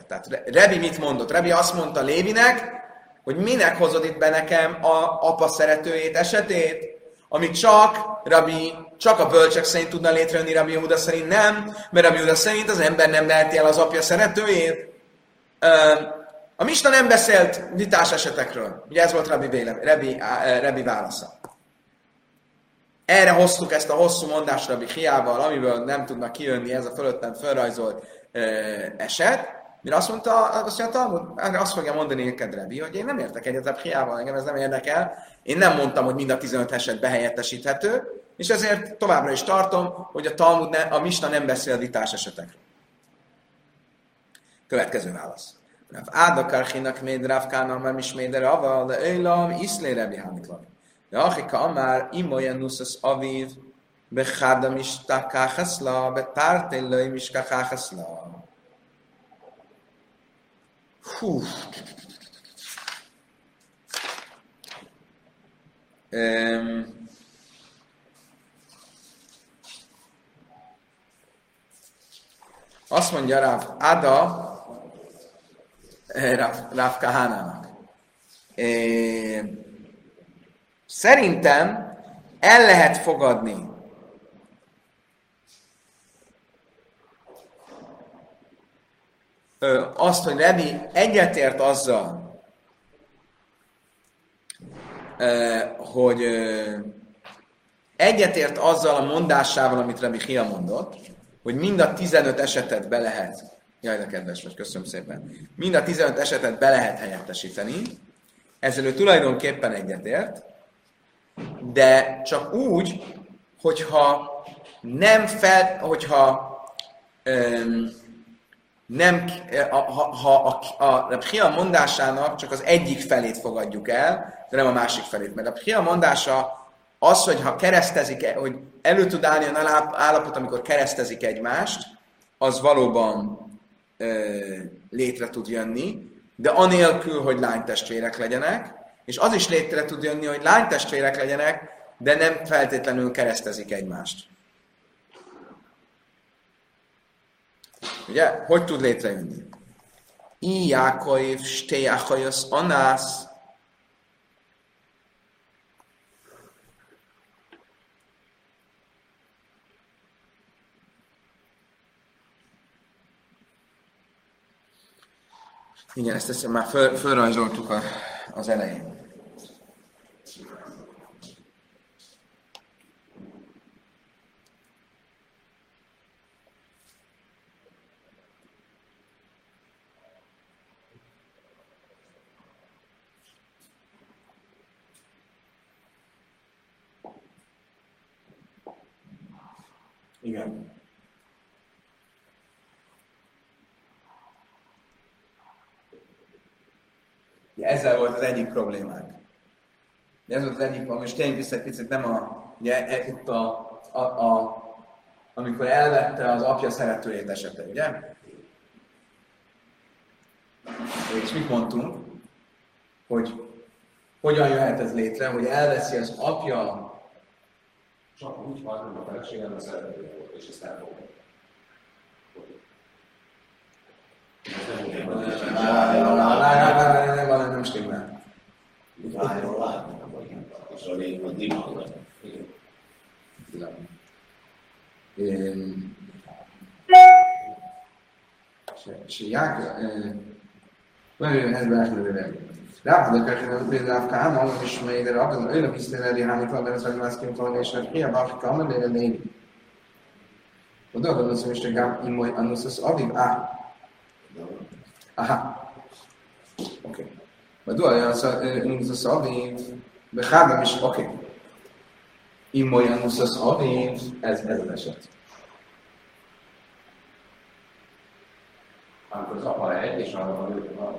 Tehát Rebi mit mondott? Rebi azt mondta Lévinek, hogy minek hozod itt be nekem a apa szeretőjét esetét, ami csak a bölcsek szerint tudna létrejönni, Rabbi Yehuda szerint nem, mert Rabbi Yehuda szerint az ember nem veheti el az apja szeretőjét. A Misna nem beszélt vitás esetekről. Ugye ez volt Rabbi válasza. Erre hoztuk ezt a hosszú mondást Rabbi Hiával, amiből nem tudnak kijönni ez a fölöttem felrajzolt eset. Mire azt mondta azt fogja mondani neked Rabbi, hogy én nem értek egyet Rabbi Hiával, engem ez nem érdekel. Én nem mondtam, hogy mind a 15 eset behelyettesíthető, és ezért továbbra is tartom, hogy a Misna nem beszél a vitás esetekről. Következő válasz. Rav Áda Karchinak méd Rav Kána, mert is méd Rava, de Öjlam, Iszlé Rebi Hamiklav. De Achika Amár, Imolyan Nuszas Aviv, Bechádam is takáhaszla, Betártélőim is takáhaszla. Hú. Azt mondja Rav Áda, Rav Kahánának. Szerintem el lehet fogadni azt, hogy Rebi egyetért azzal, hogy egyetért azzal a mondásával, amit Rebi Hia mondott, hogy mind a 15 esetet be lehet, jaj, de kedves vagy, köszönöm szépen, mind a 15 esetet be lehet helyettesíteni, ezzel ő tulajdonképpen egyetért, de csak úgy, hogyha a Rabbi mondásának csak az egyik felét fogadjuk el, de nem a másik felét. Mert a Rabbi mondása az, hogy ha keresztezik, hogy elő tud állni olyan állapot, amikor keresztezik egymást, az valóban létre tud jönni, de anélkül, hogy lánytestvérek legyenek, és az is létre tud jönni, hogy lánytestvérek legyenek, de nem feltétlenül keresztezik egymást. Ugye? Hogy tud létrejönni? I Jákob, Sté Achajosz, Anász. Igen, ezt már fölrajzoltuk az elején. Igen. Ja, ezzel volt az egyik problémánk. Ez volt az egyik problémánk, és tényleg vissza egy picit nem ugye, itt amikor elvette az apja szeretőjét esete, ugye? És mit mondtunk? Hogy hogyan jöhet ez létre, hogy elveszi az apja. Csak úgy van, hogy a feleségem a szeretője volt, és ezt elfogadja. Nem stimmel. Várjól látni, és a lényeg a dimagnak. Ráfadok, hogy például Káma, és még erre abban olyan viszont hány van, mert ez vagy más kimondani, és hogy hiába a Káma, de erre léni. Oda gondolom, hogy Gám Imoly Annuszos Aviv. Aha. Oké. מדוע Annuszos Aviv? Bechádam is, oké. Imoly Annuszos Aviv, ez az eset. Amikor az apa egy, és arra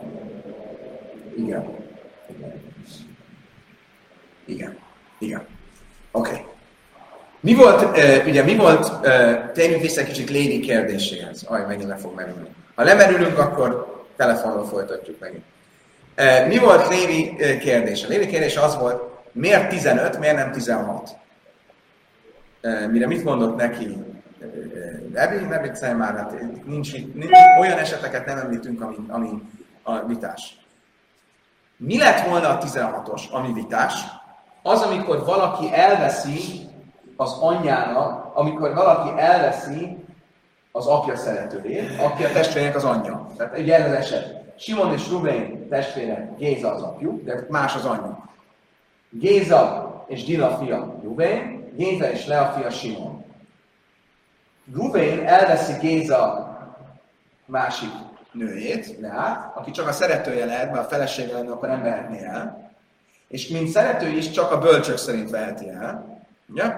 Igen. Oké. Mi volt, térjünk vissza egy kicsit Lévi kérdéséhez. Megint le fog merülni. Ha lemerülünk, akkor telefonról folytatjuk megint. Mi volt Lévi kérdése? Lévi kérdése az volt, miért 15, miért nem 16? Mire mit mondott neki Rebbi szerint már hát nincs, olyan eseteket nem említünk, ami a vitás. Mi lett volna a 16-os, ami vitás? Az, amikor valaki elveszi az anyjának, amikor valaki elveszi az apja szeretőjét, aki a testvérének az anyja. Tehát ugye ez az eset. Simon és Rubén testvére, Géza az apjuk, de más az anyja. Géza és Dina fia Rubén, Géza és Lea fia Simon. Rubén elveszi Géza másik nőjét, Leát, aki csak a szeretője lehet, mert a felesége lenne, akkor nem vehetné el. És mint szerető is csak a bölcsök szerint veheti el. Ugye?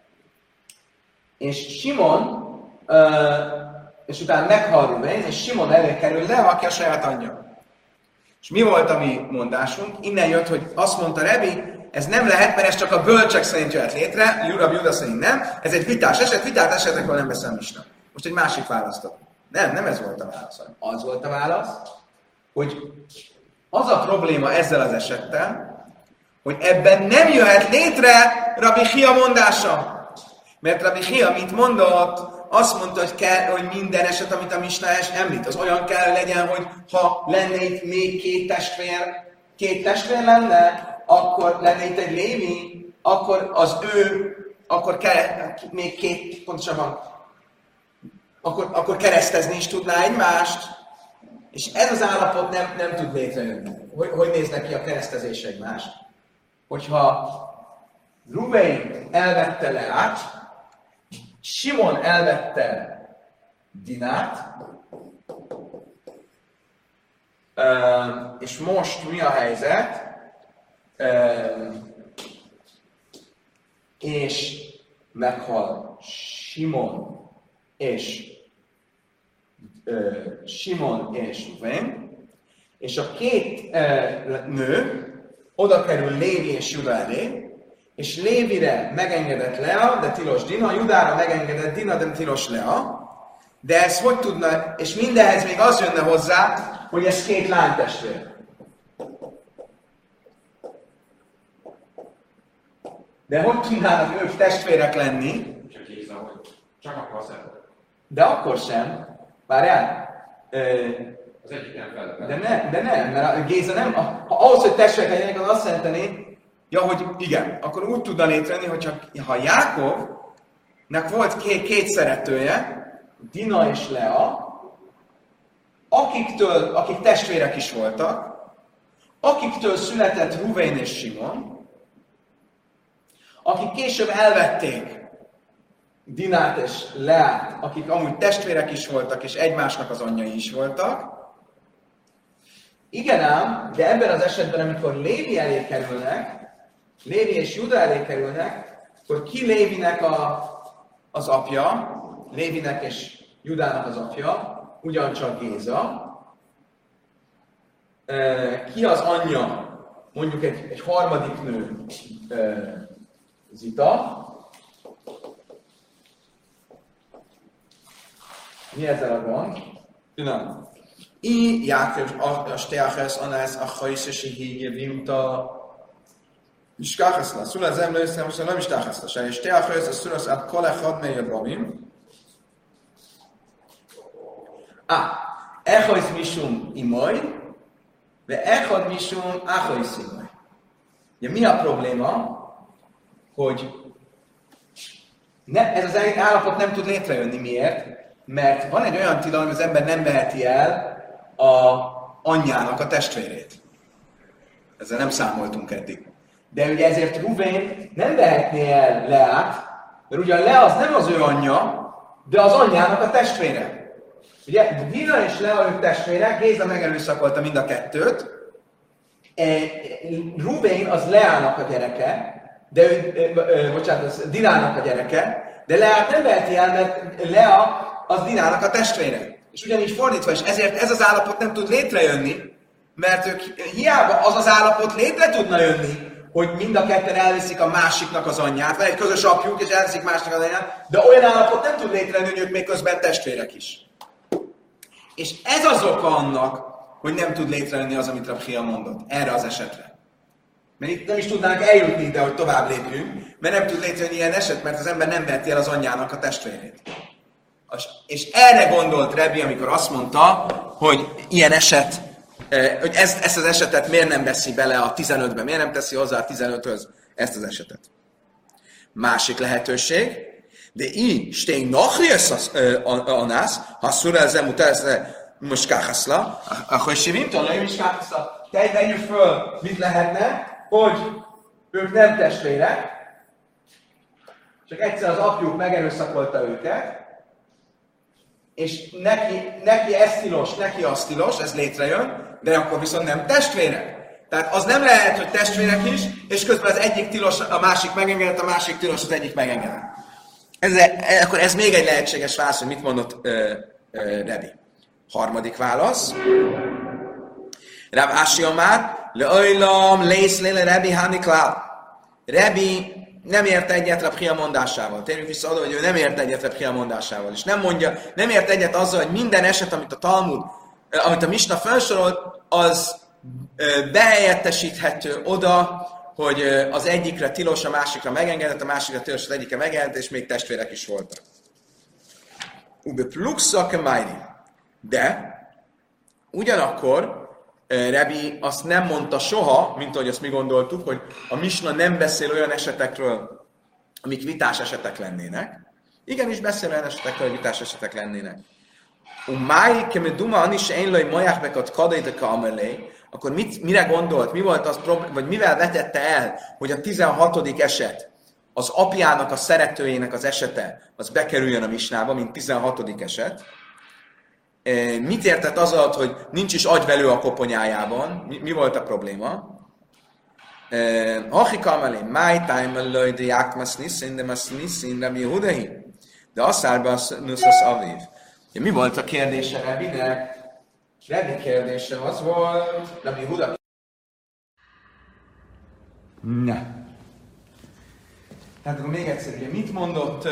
És Simon, és utána meghal Rubén, és Simon elé kerül Lea, aki a saját anyja. És mi volt a mi mondásunk? Innen jött, hogy azt mondta Rebbi, ez nem lehet, mert ez csak a bölcsek szerint jöhet létre, Rabbi Júda szerint nem. Ez egy vitás esetekről nem beszél Misna. Most egy másik választ. Nem ez volt a válasz. Az volt a válasz, hogy az a probléma ezzel az esettel, hogy ebben nem jöhet létre Rabbi Hia mondása. Mert Rabbi Hia, mint mondott, azt mondta, hogy minden eset, amit a Misna említ, az olyan kell, hogy legyen, hogy ha lenne itt még két testvér lenne, akkor lenne itt egy Lévi, akkor az ő, akkor még két, pontosabban, akkor keresztezni is tudná egymást, és ez az állapot nem tud létrejönni. Hogy néznek ki a keresztezés egymást? Hogyha Rubén elvette Leát, Simon elvette Dinát, és most mi a helyzet? És meghal Simon és Rubén, és a két nő oda kerül Lévi és Juda elé, és Lévire megengedett Lea, de tilos Dina, Judára megengedett Dina, de tilos Lea. De ez hogy tudna, és mindenhez még az jönne hozzá, hogy ez két lánytestvér. De hogy tudnának ők testvérek lenni? Csak akkor szeretett. De akkor sem. Várjál. Az egyik nem felett. De nem, mert a Géza nem, ahhoz, hogy testvérek legyenek, az azt jelenteni, ja, hogy igen, akkor úgy tudna létrejönni, hogyha Jákovnak volt két szeretője, Dina és Lea, akik testvérek is voltak, akiktől született Ruvén és Simon, akik később elvették Dinát és Leát, akik amúgy testvérek is voltak, és egymásnak az anyjai is voltak. Igen ám, de ebben az esetben, amikor Lévi elé kerülnek, Lévi és Juda elé kerülnek, akkor ki Lévinek az apja, Lévinek és Judának az apja, ugyancsak Géza. Ki az anyja, mondjuk egy harmadik nő, Zita. Mi ezzel a gond? Tudom. Jákov a steáhez, anász a hajszesi hígye vimta, Iskachas la, szul az emlőszem, most nem iskachas la, és teachas, a szulasz át kolechad melyed rabim. Echajsz misum imaj, de echad misum achajsz imaj. Ugye mi a probléma? Hogy ez az állapot nem tud létrejönni. Miért? Mert van egy olyan tilalom, hogy az ember nem veheti el a anyjának a testvérét. Ezzel nem számoltunk eddig. De ugye ezért Ruvén nem vehetné el Leát, mert ugyan Lea az nem az ő anyja, de az anyjának a testvére. Ugye Dina és Lea ők testvérek, Géza megerőszakolta mind a kettőt. Ruvén az Leának a gyereke, az Dinának a gyereke, de Leát nem veheti el, mert Lea az Dinának a testvére. És ugyanígy fordítva is, ezért ez az állapot nem tud létrejönni, mert ők hiába az állapot létre tudna jönni, hogy mind a ketten elviszik a másiknak az anyját, vagy egy közös apjuk, és elviszik másnak az anyját, de olyan állapot nem tud létrejönni, hogy ők még közben testvérek is. És ez az oka annak, hogy nem tud létrejönni az, amit Rabbi Hia mondott, erre az esetre. Mert itt nem is tudnánk eljutni ide, hogy tovább lépjünk, mert nem tud létrejönni ilyen eset, mert az ember nem veheti el az anyjának a testvérét. És erre gondolt Rebbi, amikor azt mondta, hogy ilyen eset, hogy ezt az esetet miért nem veszi bele a 15-be, miért nem teszi hozzá a 15-höz ezt az esetet. Másik lehetőség, de stein nachriesz anász, ha szura ezzel utána most káhaszla, akkor sivimton, nem is káhaszla. Tegyük föl, mit lehetne, hogy ők nem testvérek, csak egyszer az apjuk megerőszakolta őket, és neki ez tilos, neki az tilos, ez létrejön, de akkor viszont nem testvérek. Tehát az nem lehet, hogy testvérek is, és közben az egyik tilos, a másik megengedett, a másik tilos, az egyik megengedett. Akkor ez még egy lehetséges válasz, hogy mit mondott Rebbi. Harmadik válasz. Rav Ashi Amár, leojlam, lész léle Rebbi Haniklál. Rebbi nem ért egyet Rab Hia mondásával. Térjünk vissza oda, hogy ő nem ért egyet Rab Hia mondásával. És nem ért egyet azzal, hogy minden eset, amit a Talmud, amit a Misna felsorolt, az behelyettesíthető oda, hogy az egyikre tilos, a másikra megengedett, a másikra tilos, az egyikre megengedett, és még testvérek is voltak. De ugyanakkor Rebbi azt nem mondta soha, mint ahogy azt mi gondoltuk, hogy a Misna nem beszél olyan esetekről, amik vitás esetek lennének. Igenis beszél olyan esetekről, hogy vitás esetek lennének. Akkor mire gondolt, mi volt az vagy mivel vetette el, hogy a 16. eset, az apjának, a szeretőjének az esete, az bekerüljön a Misnába, mint 16. eset. Mit értett az alatt, hogy nincs is agyvelő a koponyájában? Mi volt a probléma? Hachikamelé, my time alone, de jákmasz niszin, de masz niszin, Rabbi Yehudahi. De asszárba nuszasz aviv. Mi volt a kérdése Rebbinek? Rebbi kérdése az volt, Rabbi Yehuda. Ne. Tehát akkor még egyszer, ugye mit mondott,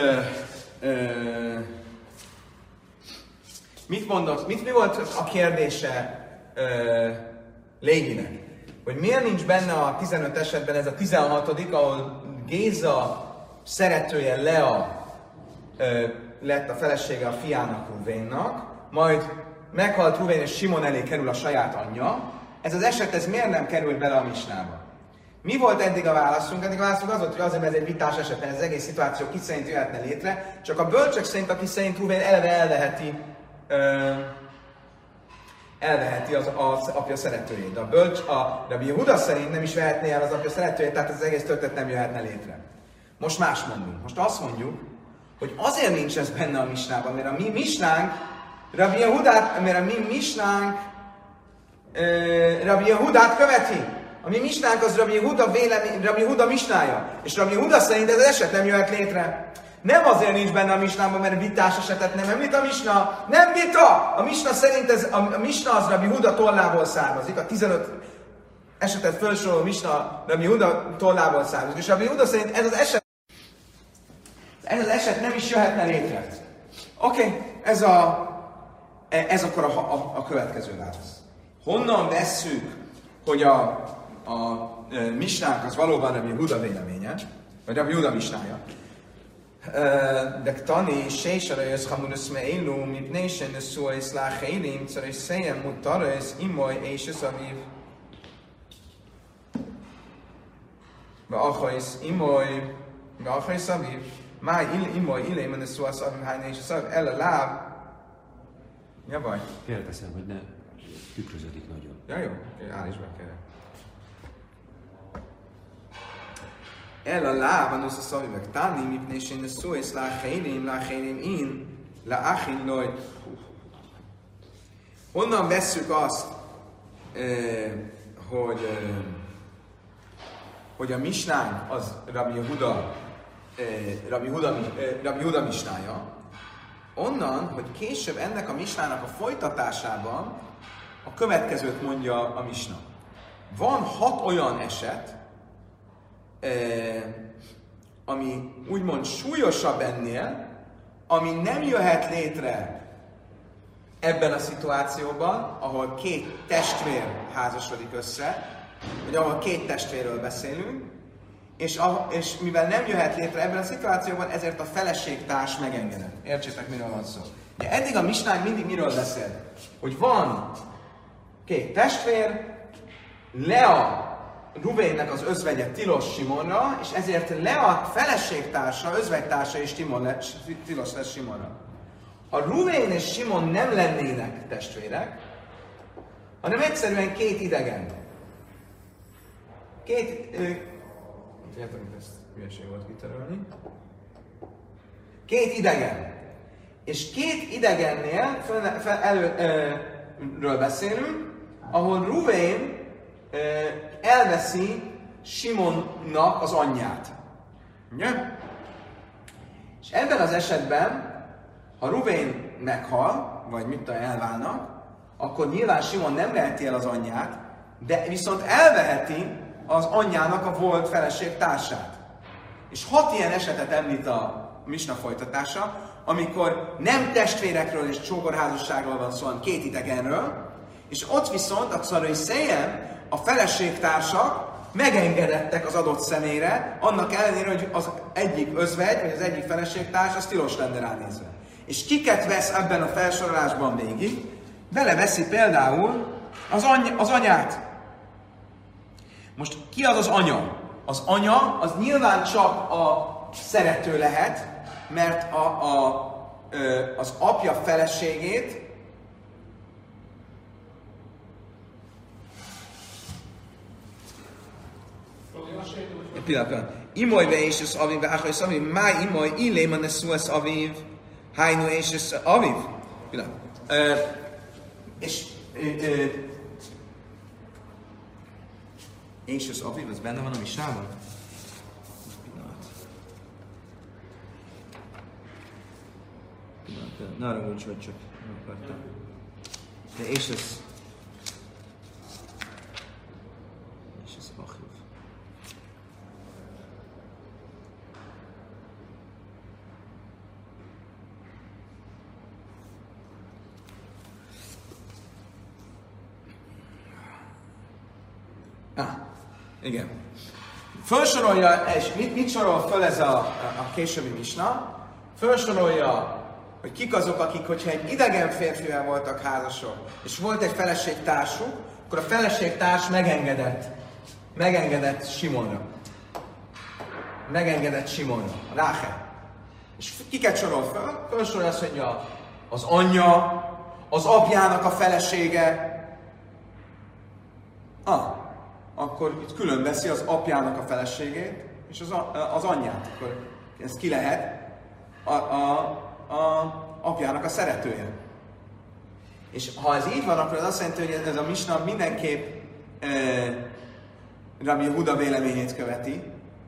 mi volt a kérdése Lévinek? Hogy miért nincs benne a 15 esetben ez a 16., ahol Géza szeretője Lea lett a felesége a fiának, Ruvénnak, majd meghalt Ruvén és Simon elé kerül a saját anyja. Ez az eset, ez miért nem került bele a Misnába? Mi volt eddig a válaszunk? Eddig a válaszunk az volt, hogy azért, mert ez egy vitás eset, ez az egész szituáció ki szerint jöhetne létre, csak a bölcsek szerint, aki szerint Ruvén eleve elveheti az apja szeretőjét. De a Rabbi Yehuda szerint nem is vehetné el az apja szeretőjét, tehát ez az egész történet nem jöhetne létre. Most más mondunk. Most azt mondjuk, hogy azért nincs ez benne a Misnában, mert a mi Misnánk Rabbi Yehudát követi. A mi Misnánk az Rabbi Yehuda Misnája. És Rabbi Yehuda szerint ez az eset nem jöhet létre. Nem azért nincs benne a Misnában, mert vitás esetet nem említ a Misna. Nem vita! A Misna szerint a Misna az Rabbi Yehuda tollából származik. A 15 esetet felsoroló Misna Rabbi Yehuda tollából származik. És Rabbi Yehuda szerint ez az eset nem is jöhetne létre. Oké, ez akkor a következő válasz. Honnan vesszük, hogy a Misnánk az valóban Rabbi Yehuda véleménye, vagy Rabbi Yehuda Misnája? De tani, sésarai hamunus me'ilu, mipnei shenesu lácheirim, czarei szejem mutares, imoly és aviv. Beachais imoly, beachais aviv. Máj imoly ilém nesu aviv, hány és aviv, el a láb. Ja baj? Félreteszem, hogy ne tükröződik nagyon. Ja jó, állíts be kérlek. El a láb, a szavivek tani, mipnei shenesu lácheirim in, láchin loj. Honnan vesszük azt, hogy a misnánk az Rabbi Yehuda misnája? Onnan, hogy később ennek a misnának a folytatásában a következőt mondja a misna. Van 6 olyan eset, ami úgymond súlyosabb ennél, ami nem jöhet létre ebben a szituációban, ahol 2 testvér házasodik össze, vagy ahol 2 testvérről beszélünk, és mivel nem jöhet létre ebben a szituációban, ezért a feleségtárs megengedett. Értsétek, miről van szó. Ugye eddig a misnánk mindig miről beszél? Hogy van két testvér, Lea Ruvénnek az özvegye tilos Simonra, és ezért Lea feleségtársa, özvegytársa is tilos lesz Simonra. Ha Ruvén és Simon nem lennének testvérek, hanem egyszerűen két idegen. Értem, hogy ezt hülyeség volt kitörölni. Két idegen. És két idegennél ről beszélünk, ahol Ruvén elveszi Simonnak az anyját. Ugye? És ebben az esetben, ha Ruvén meghal, vagy mit tudom, elválnak, akkor nyilván Simon nem veheti el az anyját, de viszont elveheti az anyjának a volt feleség társát. És 6 ilyen esetet említ a misna folytatása, amikor nem testvérekről és csógorházasságról van szó, hanem két idegenről, és ott viszont a Carai Széjen a feleségtársak megengedettek az adott személyre, annak ellenére, hogy az egyik özvegy, vagy az egyik feleségtárs, az tilos lenne ránézve. És kiket vesz ebben a felsorolásban végig? Vele veszi például az anyát. Most ki az az anya? Az anya az nyilván csak a szerető lehet, mert az apja feleségét pillanat. Imolyve és az aviv, áha és aviv, máj imoly, illéman ez szó ez aviv, hájnu és ez aviv. Pillanat. És az aviv, az benne van a misnában? Pillanat. Ne arra volt, hogy csak nem akartam. De és ez aviv. Igen. Felsorolja, és mit sorol föl ez a későbbi misna? Felsorolja, hogy kik azok, akik, hogyha egy idegen férfivel voltak házasok, és volt egy feleségtársuk, akkor a feleségtárs megengedett Simonra. Megengedett Simonra, Ráhel. És kiket sorol föl? Felsorolja azt, hogy az anyja, az apjának a felesége, akkor itt külön veszi az apjának a feleségét, és az anyját. Akkor ez ki lehet? A apjának a szeretője. És ha ez így van, akkor az azt jelenti, hogy ez a misna mindenképp Rabbi Yehuda véleményét követi,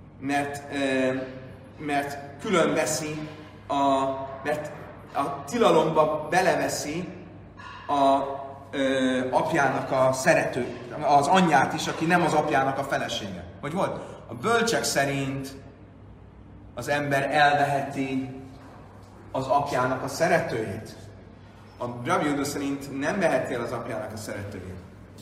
mert külön veszi, mert a tilalomba beleveszi apjának a szerető, az anyját is, aki nem az apjának a felesége. Hogy volt? A bölcsek szerint az ember elveheti az apjának a szeretőjét. A Rabbi Yehuda szerint nem veheti el az apjának a szeretőjét.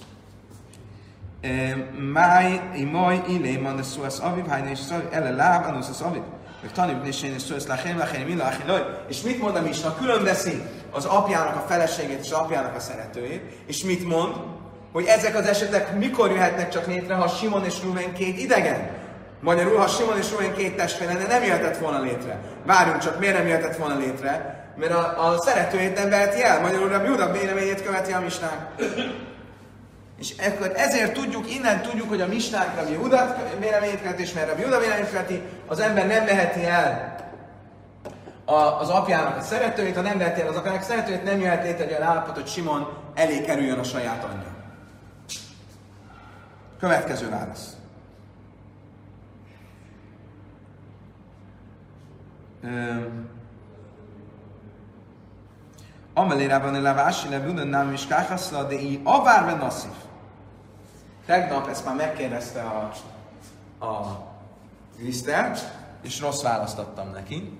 Máj, illéman, de szó ez aviv, hájna és szaviv, ele láb, anusz az aviv. Meg tanulni és én és szó ez lachem, és mit mond a misna? Külön veszi az apjának a feleségét és az apjának a szeretőjét, és mit mond? Hogy ezek az esetek mikor jöhetnek csak létre, ha Simon és Ruvén két idegen? Magyarul, ha Simon és Ruvén két testvér lenne, nem jöhetett volna létre. Várjunk csak, miért nem jöhetett volna létre? Mert a szeretőjét nem veheti el. Magyarul a Júda véleményét követi a misnák. És akkor ezért tudjuk, innen tudjuk, hogy a misnák Rabbi Jehudát véleményét követi, és mert Rabbi Jehuda véleményét követi, az ember nem veheti el az apjának a szeretőjét, ha nem veheti el az apjának a szeretőjét, nem jöhet létre egy olyan állapot, hogy Simon elé kerüljön a saját anyja. Következő válasz. Amelérában elávási levülön nem is káhaszla, de így avárve nasszív. Tegnap ezt már megkérdezte a Krisztert, és rossz választ adtam neki.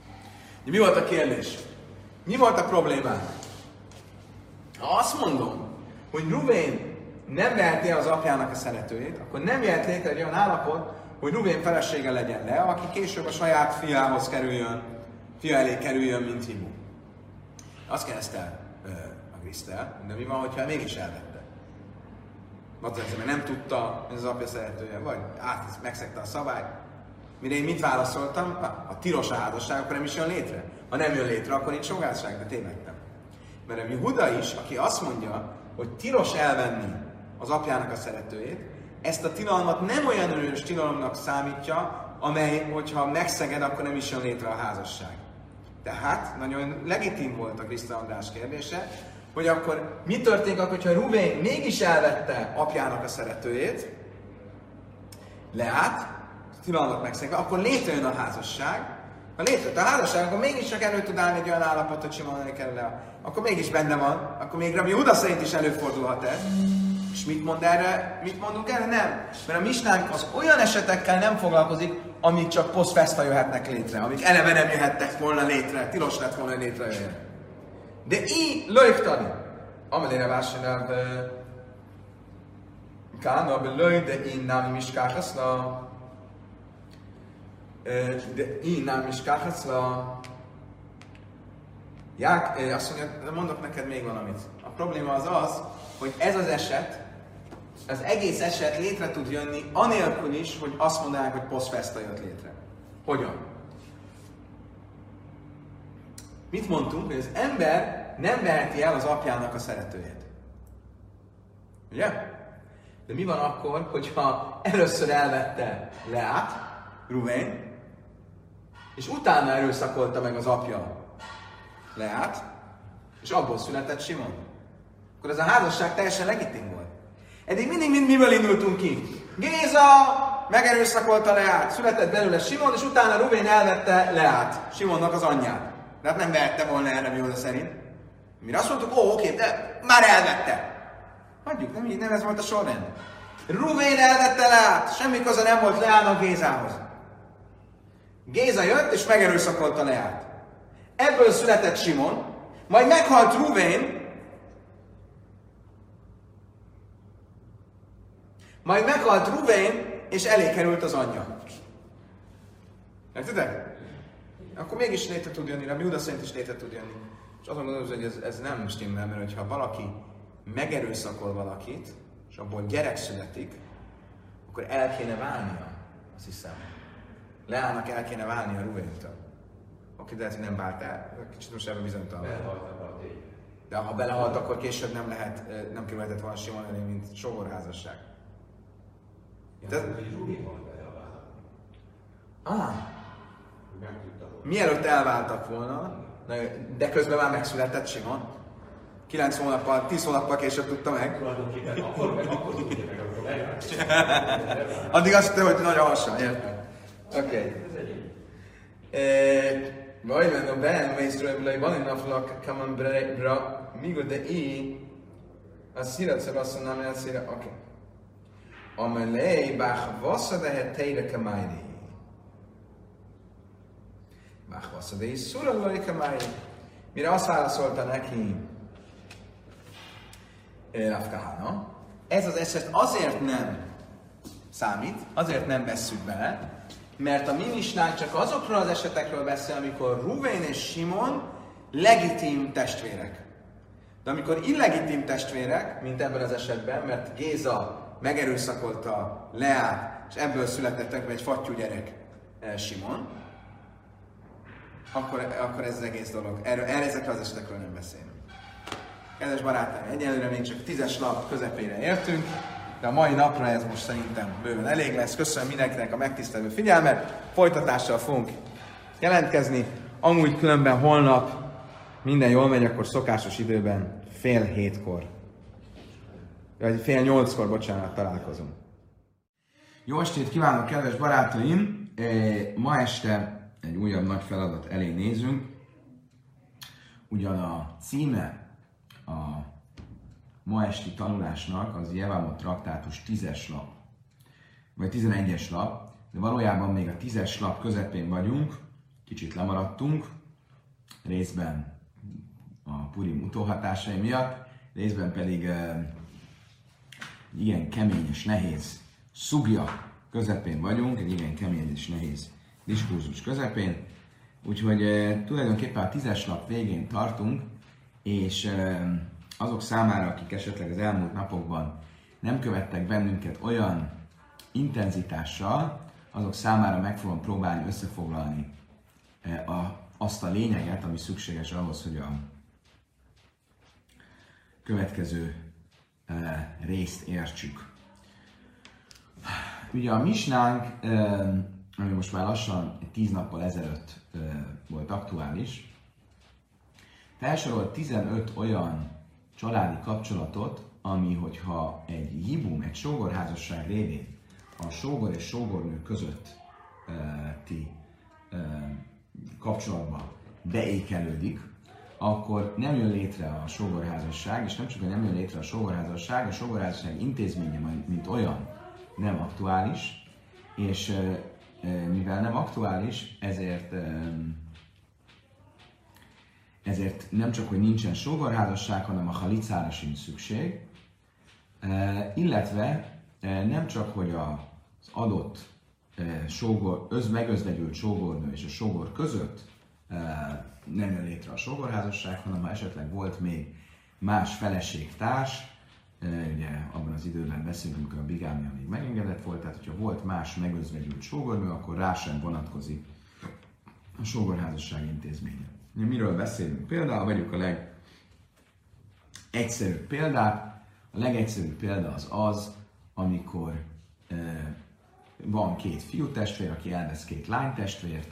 Mi volt a kérdés? Mi volt a problémánk? Ha azt mondom, hogy Ruvén nem veheti el az apjának a szeretőjét, akkor nem jöhet létre egy olyan állapot, hogy Ruvén felesége legyen le, aki később a saját fiához kerüljön, fia elé kerüljön, mint himú. Azt kérdezte a Krisztel, de mi van, hogyha mégis elvette? Mert nem tudta, ez az apja szeretője, vagy megszegte a szabályt. Mire én mit válaszoltam? Ha tilos a házasság, akkor nem is jön létre. Ha nem jön létre, akkor nincs jogásság, de tévedtem. Mert a Jehuda is, aki azt mondja, hogy tilos elvenni az apjának a szeretőjét, ezt a tilalmat nem olyan erős tilalomnak számítja, amely, hogyha megszeged, akkor nem is jön létre a házasság. Tehát nagyon legitim volt a Kriszta András kérdése, hogy akkor mi történik akkor, hogyha Ruvén mégis elvette apjának a szeretőjét, Leát, tilalmat megszegve, akkor létrejön a házasság. Ha létrejött a házasság, akkor mégiscsak elő tud állni egy olyan állapot, hogy Simonnak kell le. Akkor mégis benne van, akkor még Rabbi Huda szerint is előfordulhat ez. És mit mond erre? Mit mondunk erre? Nem. Mert a misnánk az olyan esetekkel nem foglalkozik, amik csak post festa jöhetnek létre, amik eleve nem jöhettek volna létre, tilos lett volna, hogy létrejöjjön. De így lőjtani. Amelére vásárolnak Kána, belőj, de én nem is káhaszla. De én nem is káhaszla. Azt mondja, mondok neked még valamit. A probléma az, hogy ez az eset, az egész eset létre tud jönni, anélkül is, hogy azt mondanák, hogy post festa jött létre. Hogyan? Mit mondtunk, hogy az ember nem veheti el az apjának a szeretőjét. Ugye? De mi van akkor, hogyha először elvette Leát, Ruvén, és utána erőszakolta meg az apja Leát, és abból született Simon? Akkor ez a házasság teljesen legitim volt. Eddig mindig miből indultunk ki? Géza megerőszakolta Leát, született belőle Simon, és utána Ruvén elvette Leát, Simonnak az anyját. De hát nem vehette volna el Rabbi Huda szerint. Mire azt mondtuk, oké, de már elvette. Hagyjuk, nem ez volt a sorrend. Ruvén elvette Leát, semmi köze nem volt Leának Gézához. Géza jött és megerőszakolta Leát. Ebből született Simon, majd meghalt Ruvén, és elé került az anyja. Értitek? Akkor mégis létre tud jönni, Rabbi Huda szerint is létre tud jönni. És azon gondolom, hogy ez nem stimmel, mert hogyha valaki megerőszakol valakit, és abból gyerek születik, akkor el kéne válnia, azt hiszem. Leának el kéne válnia Ruvéntől. Oké, de ez nem vált el. Kicsit most ebben bizonytalan. De ha belehalt, akkor később nem kerülhetett volna Simon elé, mint sógorházasság. Mielőtt elváltak volna, de közben már megszületett Simon. 10 hónappal később tudta meg. Akkor tudja meg, akkor eljárt. Addig azt hittem, hogy nagyon hasonló, értem. Oké. Vagy mondom, ben, mészről, van egy napnak, kaman bra, míg de a szíratszor azt mondom, hogy a szírat, oké. Amelé, bách vassza, de hát tejre kemájni. Bách vassza, de is szurallói kemájni. Mire azt válaszolta neki Rav Kahana, ez az eset azért nem számít, azért nem vesszük bele, mert a mi misnánk csak azokról az esetekről beszél, amikor Ruvén és Simon legitim testvérek. De amikor illegitim testvérek, mint ebben az esetben, mert Géza megerőszakolta Leát, és ebből született egy fattyú gyerek Simon, akkor ez az egész dolog. Ezekről az esetekről nem beszélünk. Kedves barátaim, egyelőre még csak 10-es lap közepére értünk, de a mai napra ez most szerintem bőven elég lesz. Köszönöm mindenkinek a megtisztelő figyelmet, folytatással fogunk jelentkezni. Amúgy különben holnap minden jól megy, akkor szokásos időben 6:30, vagy 7:30, bocsánat, találkozunk. Jó estét kívánok, kedves barátaim! Ma este egy újabb nagy feladat elé nézünk. Ugyan a címe a ma esti tanulásnak az Jevamot traktátus 10-es lap, vagy 11-es lap, de valójában még a 10-es lap közepén vagyunk, kicsit lemaradtunk, részben a Purim utóhatásai miatt, részben pedig igen kemény és nehéz szugja közepén vagyunk, egy igen kemény és nehéz diskurzus közepén. Úgyhogy tulajdonképpen a 10-es nap végén tartunk, és azok számára, akik esetleg az elmúlt napokban nem követtek bennünket olyan intenzitással, azok számára meg fogom próbálni összefoglalni azt a lényeget, ami szükséges ahhoz, hogy a következő részt értsük. Ugye a misnánk, ami most már lassan 10 nappal ezelőtt volt aktuális, felsorolt 15 olyan családi kapcsolatot, ami, hogyha egy jibum, egy sógorházasság révén a sógor és sógornő közötti kapcsolatban beékelődik, akkor nem jön létre a sógorházasság, és nem csak, hogy nem jön létre a sógorházasság intézménye, mint olyan nem aktuális, és mivel nem aktuális, ezért nem csak, hogy nincsen sógorházasság, hanem a halicára sincs szükség, illetve nem csak, hogy az adott megözvegyült sógornő és a sógor között nem jön létre a sógorházasság, hanem ha esetleg volt még más feleségtárs, ugye abban az időben beszélünk, amikor a bigámia még megengedett volt, tehát hogyha volt más megözvegyült sógornő, akkor rá sem vonatkozik a sógorházasság intézménye. Miről beszélünk? Például vegyük a legegyszerűbb példát. A legegyszerűbb példa az, amikor van két fiútestvér, aki elvesz két lánytestvért,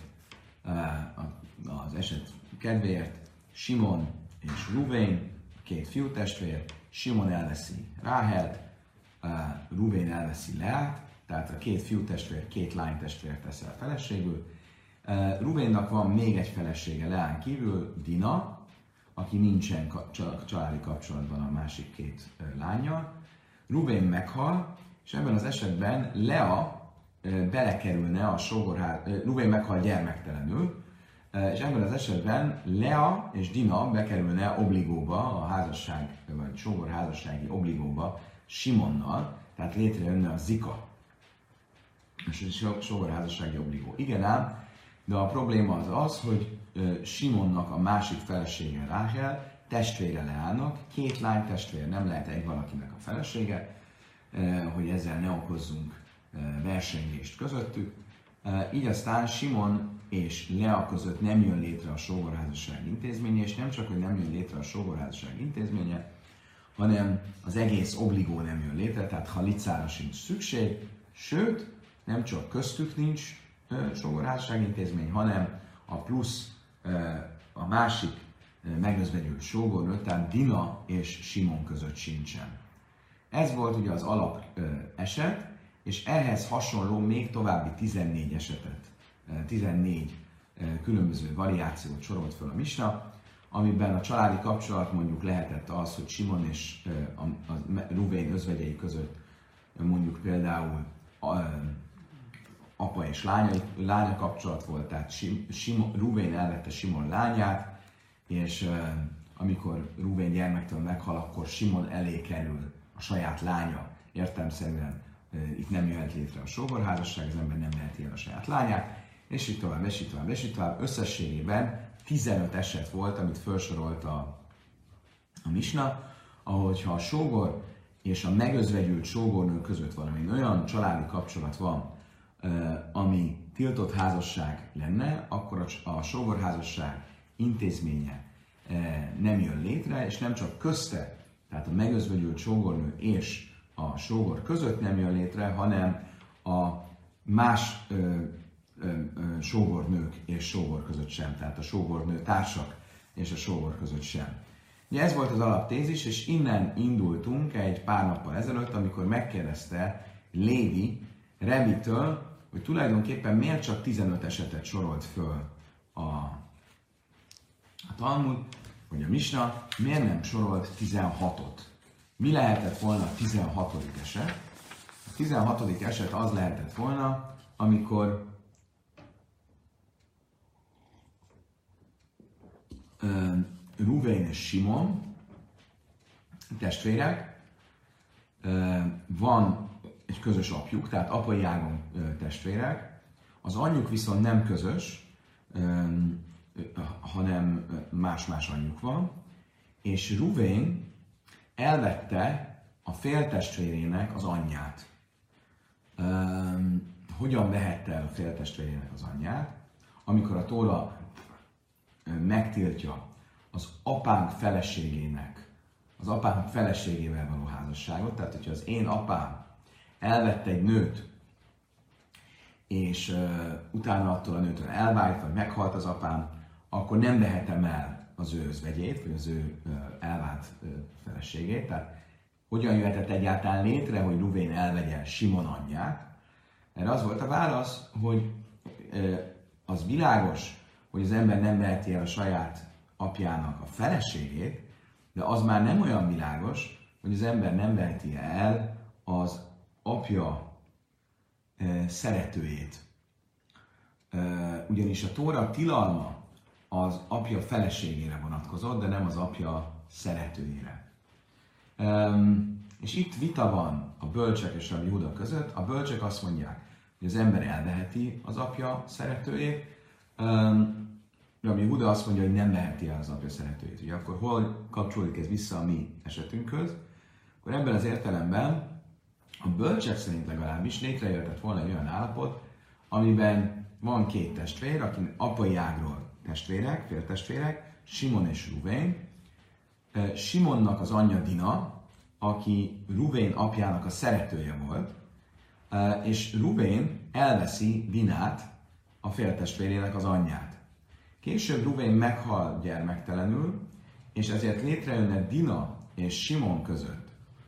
az eset kedvéért, Simon és Ruvén, két fiútestvér, Simon elveszi Ráhelt, Ruvén elveszi Leát, tehát a két fiútestvér, két lánytestvért tesz el feleségül. Ruvénnak van még egy felesége Leán kívül, Dina, aki nincsen családi kapcsolatban a másik két lánnyal. Ruvén meghal, és ebben az esetben Lea belekerülne a Ruvén meghal gyermektelenül, és ebben az esetben Lea és Dina bekerülne obligóba, a házasság, vagy sógorházassági obligóba Simonnal, tehát létrejönne a Zika, és a sógorházassági obligó. Igen ám, de a probléma az, hogy Simonnak a másik felesége Ráhel, testvére Leának, két lány testvér, nem lehet egy valakinek a felesége, hogy ezzel ne okozzunk versengést közöttük. Így aztán Simon és Lea között nem jön létre a sógorházasság intézménye, és nem csak, hogy nem jön létre a sógorházasság intézménye, hanem az egész obligó nem jön létre, tehát halicára sincs szükség, sőt, nem csak köztük nincs sógorházasság intézmény, hanem a plusz a másik megözvegyült sógornő, tehát Dina és Simon között sincsen. Ez volt ugye az alap eset, és ehhez hasonló még további 14 esetet, 14 különböző variációt sorolt fel a misna, amiben a családi kapcsolat mondjuk lehetett az, hogy Simon és a Ruvén özvegyei között mondjuk például apa és lánya kapcsolat volt, tehát Ruvén elvette Simon lányát, és amikor Ruvén gyermektől meghal, akkor Simon elé kerül a saját lánya. Értelemszerűen itt nem jöhet létre a sógorházasság, az ember nem veheti el a saját lányát, és így tovább, és így tovább, és így tovább. Összességében 15 eset volt, amit felsorolt a misna, ahogyha a sógor és a megözvegyült sógornő között valami olyan családi kapcsolat van, ami tiltott házasság lenne, akkor a sógorházasság intézménye nem jön létre, és nem csak közte, tehát a megözvegyült sógornő és a sógor között nem jön létre, hanem a más sógornők és sógor között sem, tehát a sógornő társak és a sógor között sem. Ugye ez volt az alaptézis, és innen indultunk egy pár nappal ezelőtt, amikor megkérdezte Lévi Rebitől, hogy tulajdonképpen miért csak 15 esetet sorolt föl a Talmud, hogy a misna miért nem sorolt 16-ot. Mi lehetett volna a 16. eset? A 16. eset az lehetett volna, amikor Ruvén és Simon testvérek van egy közös apjuk, tehát apai ágon testvérek, az anyjuk viszont nem közös, hanem más-más anyjuk van, és Ruvén elvette a féltestvérének az anyját. Hogyan vehette el a féltestvérének az anyját? Amikor a Tóra megtiltja az apánk feleségének, az apánk feleségével való házasságot, tehát hogyha az én apám elvette egy nőt, és utána attól a nőtől elvált, vagy meghalt az apám, akkor nem vehetem el az ő özvegyét, vagy az ő elvált feleségét. Tehát hogyan jöhetett egyáltalán létre, hogy Ruvén elvegye Simon anyját? Erre az volt a válasz, hogy az világos, hogy az ember nem veheti el a saját apjának a feleségét, de az már nem olyan világos, hogy az ember nem veheti el az apja szeretőjét. Ugyanis a Tóra tilalma az apja feleségére vonatkozott, de nem az apja szeretőjére. És itt vita van a bölcsek és a Júda között. A bölcsek azt mondják, hogy az ember elveheti az apja szeretőjét, Rabbi Júda azt mondja, hogy nem veheti el az apja szeretőjét. Ugye akkor hol kapcsolódik ez vissza a mi esetünkhöz? Akkor ebben az értelemben a bölcsek szerint legalábbis létrejöhetett volna egy olyan állapot, amiben van két testvér, aki apai ágról testvérek, féltestvérek, Simon és Ruvén. Simonnak az anyja Dina, aki Ruvén apjának a szeretője volt, és Ruvén elveszi Dinát, a féltestvérének az anyját. Később Ruvén meghal gyermektelenül, és ezért létrejönne Dina és Simon között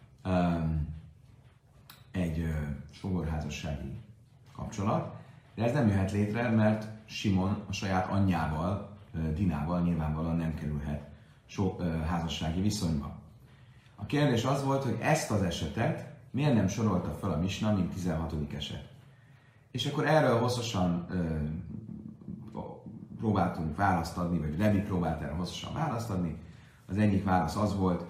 egy sógorházassági kapcsolat, de ez nem jöhet létre, mert Simon a saját anyjával, Dinával nyilvánvalóan nem kerülhet házassági viszonyba. A kérdés az volt, hogy ezt az esetet miért nem sorolta fel a Misna, mint 16. eset. És akkor erről hosszasan próbáltunk választ adni, vagy Rebi próbált erre hosszasan választ adni. Az egyik válasz az volt,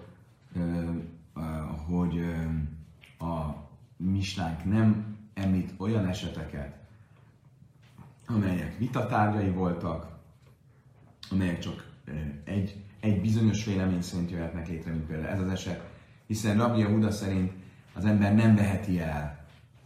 hogy a Misnánk nem említ olyan eseteket, amelyek vitatárgyai voltak, amelyek csak egy bizonyos vélemény szerint jöhetnek létre, mint például ez az eset, hiszen Rabbi Jehúda szerint az ember nem veheti el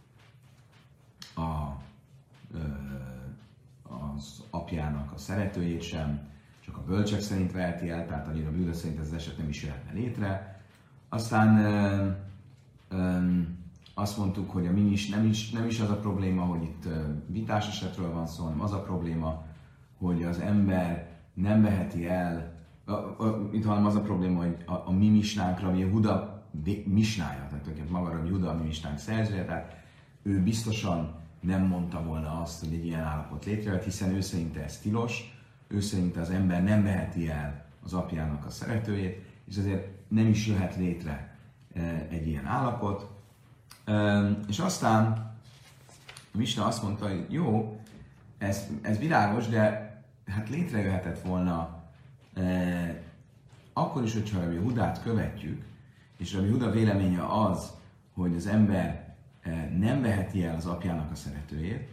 az apjának a szeretőjét sem, csak a bölcsek szerint veheti el, tehát a Rabbi Jehúda szerint ez az eset nem is jöhetne létre. Aztán azt mondtuk, hogy nem is az a probléma, hogy itt vitás esetről van szó, hanem az a probléma, hogy az ember nem veheti el, itt hanem az a probléma, hogy a mi misnánk, Rabbi Jehúda misnája, tehát maga Rabbi Jehúda a mi misnánk szerzője, tehát ő biztosan nem mondta volna azt, hogy egy ilyen állapot létrejött, hiszen ő szerinte ez tilos, ő szerinte az ember nem veheti el az apjának a szeretőjét, és ezért nem is jöhet létre egy ilyen állapot. És aztán a Misna azt mondta, hogy jó, ez világos, de hát létrejöhetett volna akkor is, hogyha Rabbi Jehudát követjük, és Rabbi Jehuda véleménye az, hogy az ember nem veheti el az apjának a szeretőjét,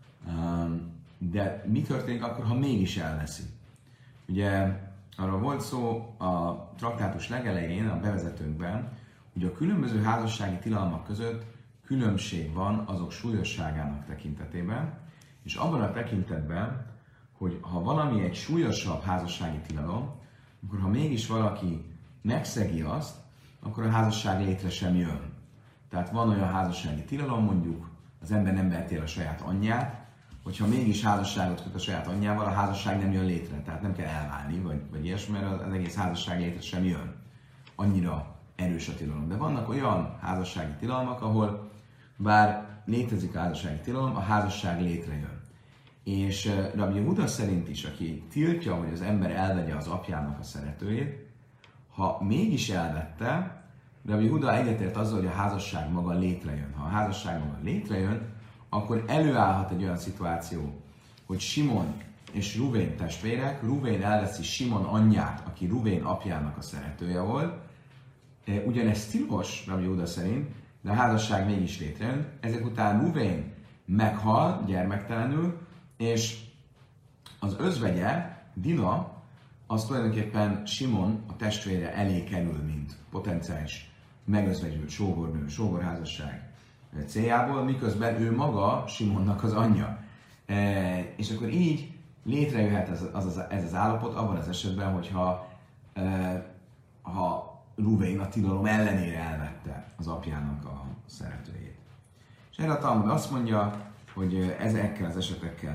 de mi történik akkor, ha mégis elveszi? Ugye arról volt szó a traktátus legelején, a bevezetőnkben, hogy a különböző házassági tilalmak között különbség van azok súlyosságának tekintetében, és abban a tekintetben, hogy ha valami egy súlyosabb házassági tilalom, akkor ha mégis valaki megszegi azt, akkor a házasság létre sem jön. Tehát van olyan házassági tilalom, mondjuk az ember nem veheti el a saját anyját, hogyha mégis házasságot köt a saját anyjával, a házasság nem jön létre, tehát nem kell elválni, vagy ilyesmi, mert az egész házasság létre sem jön. Annyira erős a tilalom. De vannak olyan házassági tilalmak, ahol bár létezik a házassági tilalom, a házasság létrejön. És Rabbi Jehúda szerint is, aki tiltja, hogy az ember elvegye az apjának a szeretőjét, ha mégis elvette, Rabbi Jehúda egyetért azzal, hogy a házasság maga létrejön. Ha a házasság maga létrejön, akkor előállhat egy olyan szituáció, hogy Simon és Ruvén testvérek, Ruvén elveszi Simon anyját, aki Ruvén apjának a szeretője volt, ugyanez tilos, Rabbi Júda szerint, de a házasság mégis létrejön. Ezek után Ruvén meghal gyermektelenül, és az özvegye, Dina, az tulajdonképpen Simon a testvére elé kerül, mint potenciális megözvegyült sógornő, sógorházasság céljából, miközben ő maga Simonnak az anyja. És akkor így létrejöhet ez az állapot abban az esetben, hogyha ha Ruvén a tilalom ellenére elvette az apjának a szeretőjét. És erre a Talmud azt mondja, hogy ezekkel az esetekkel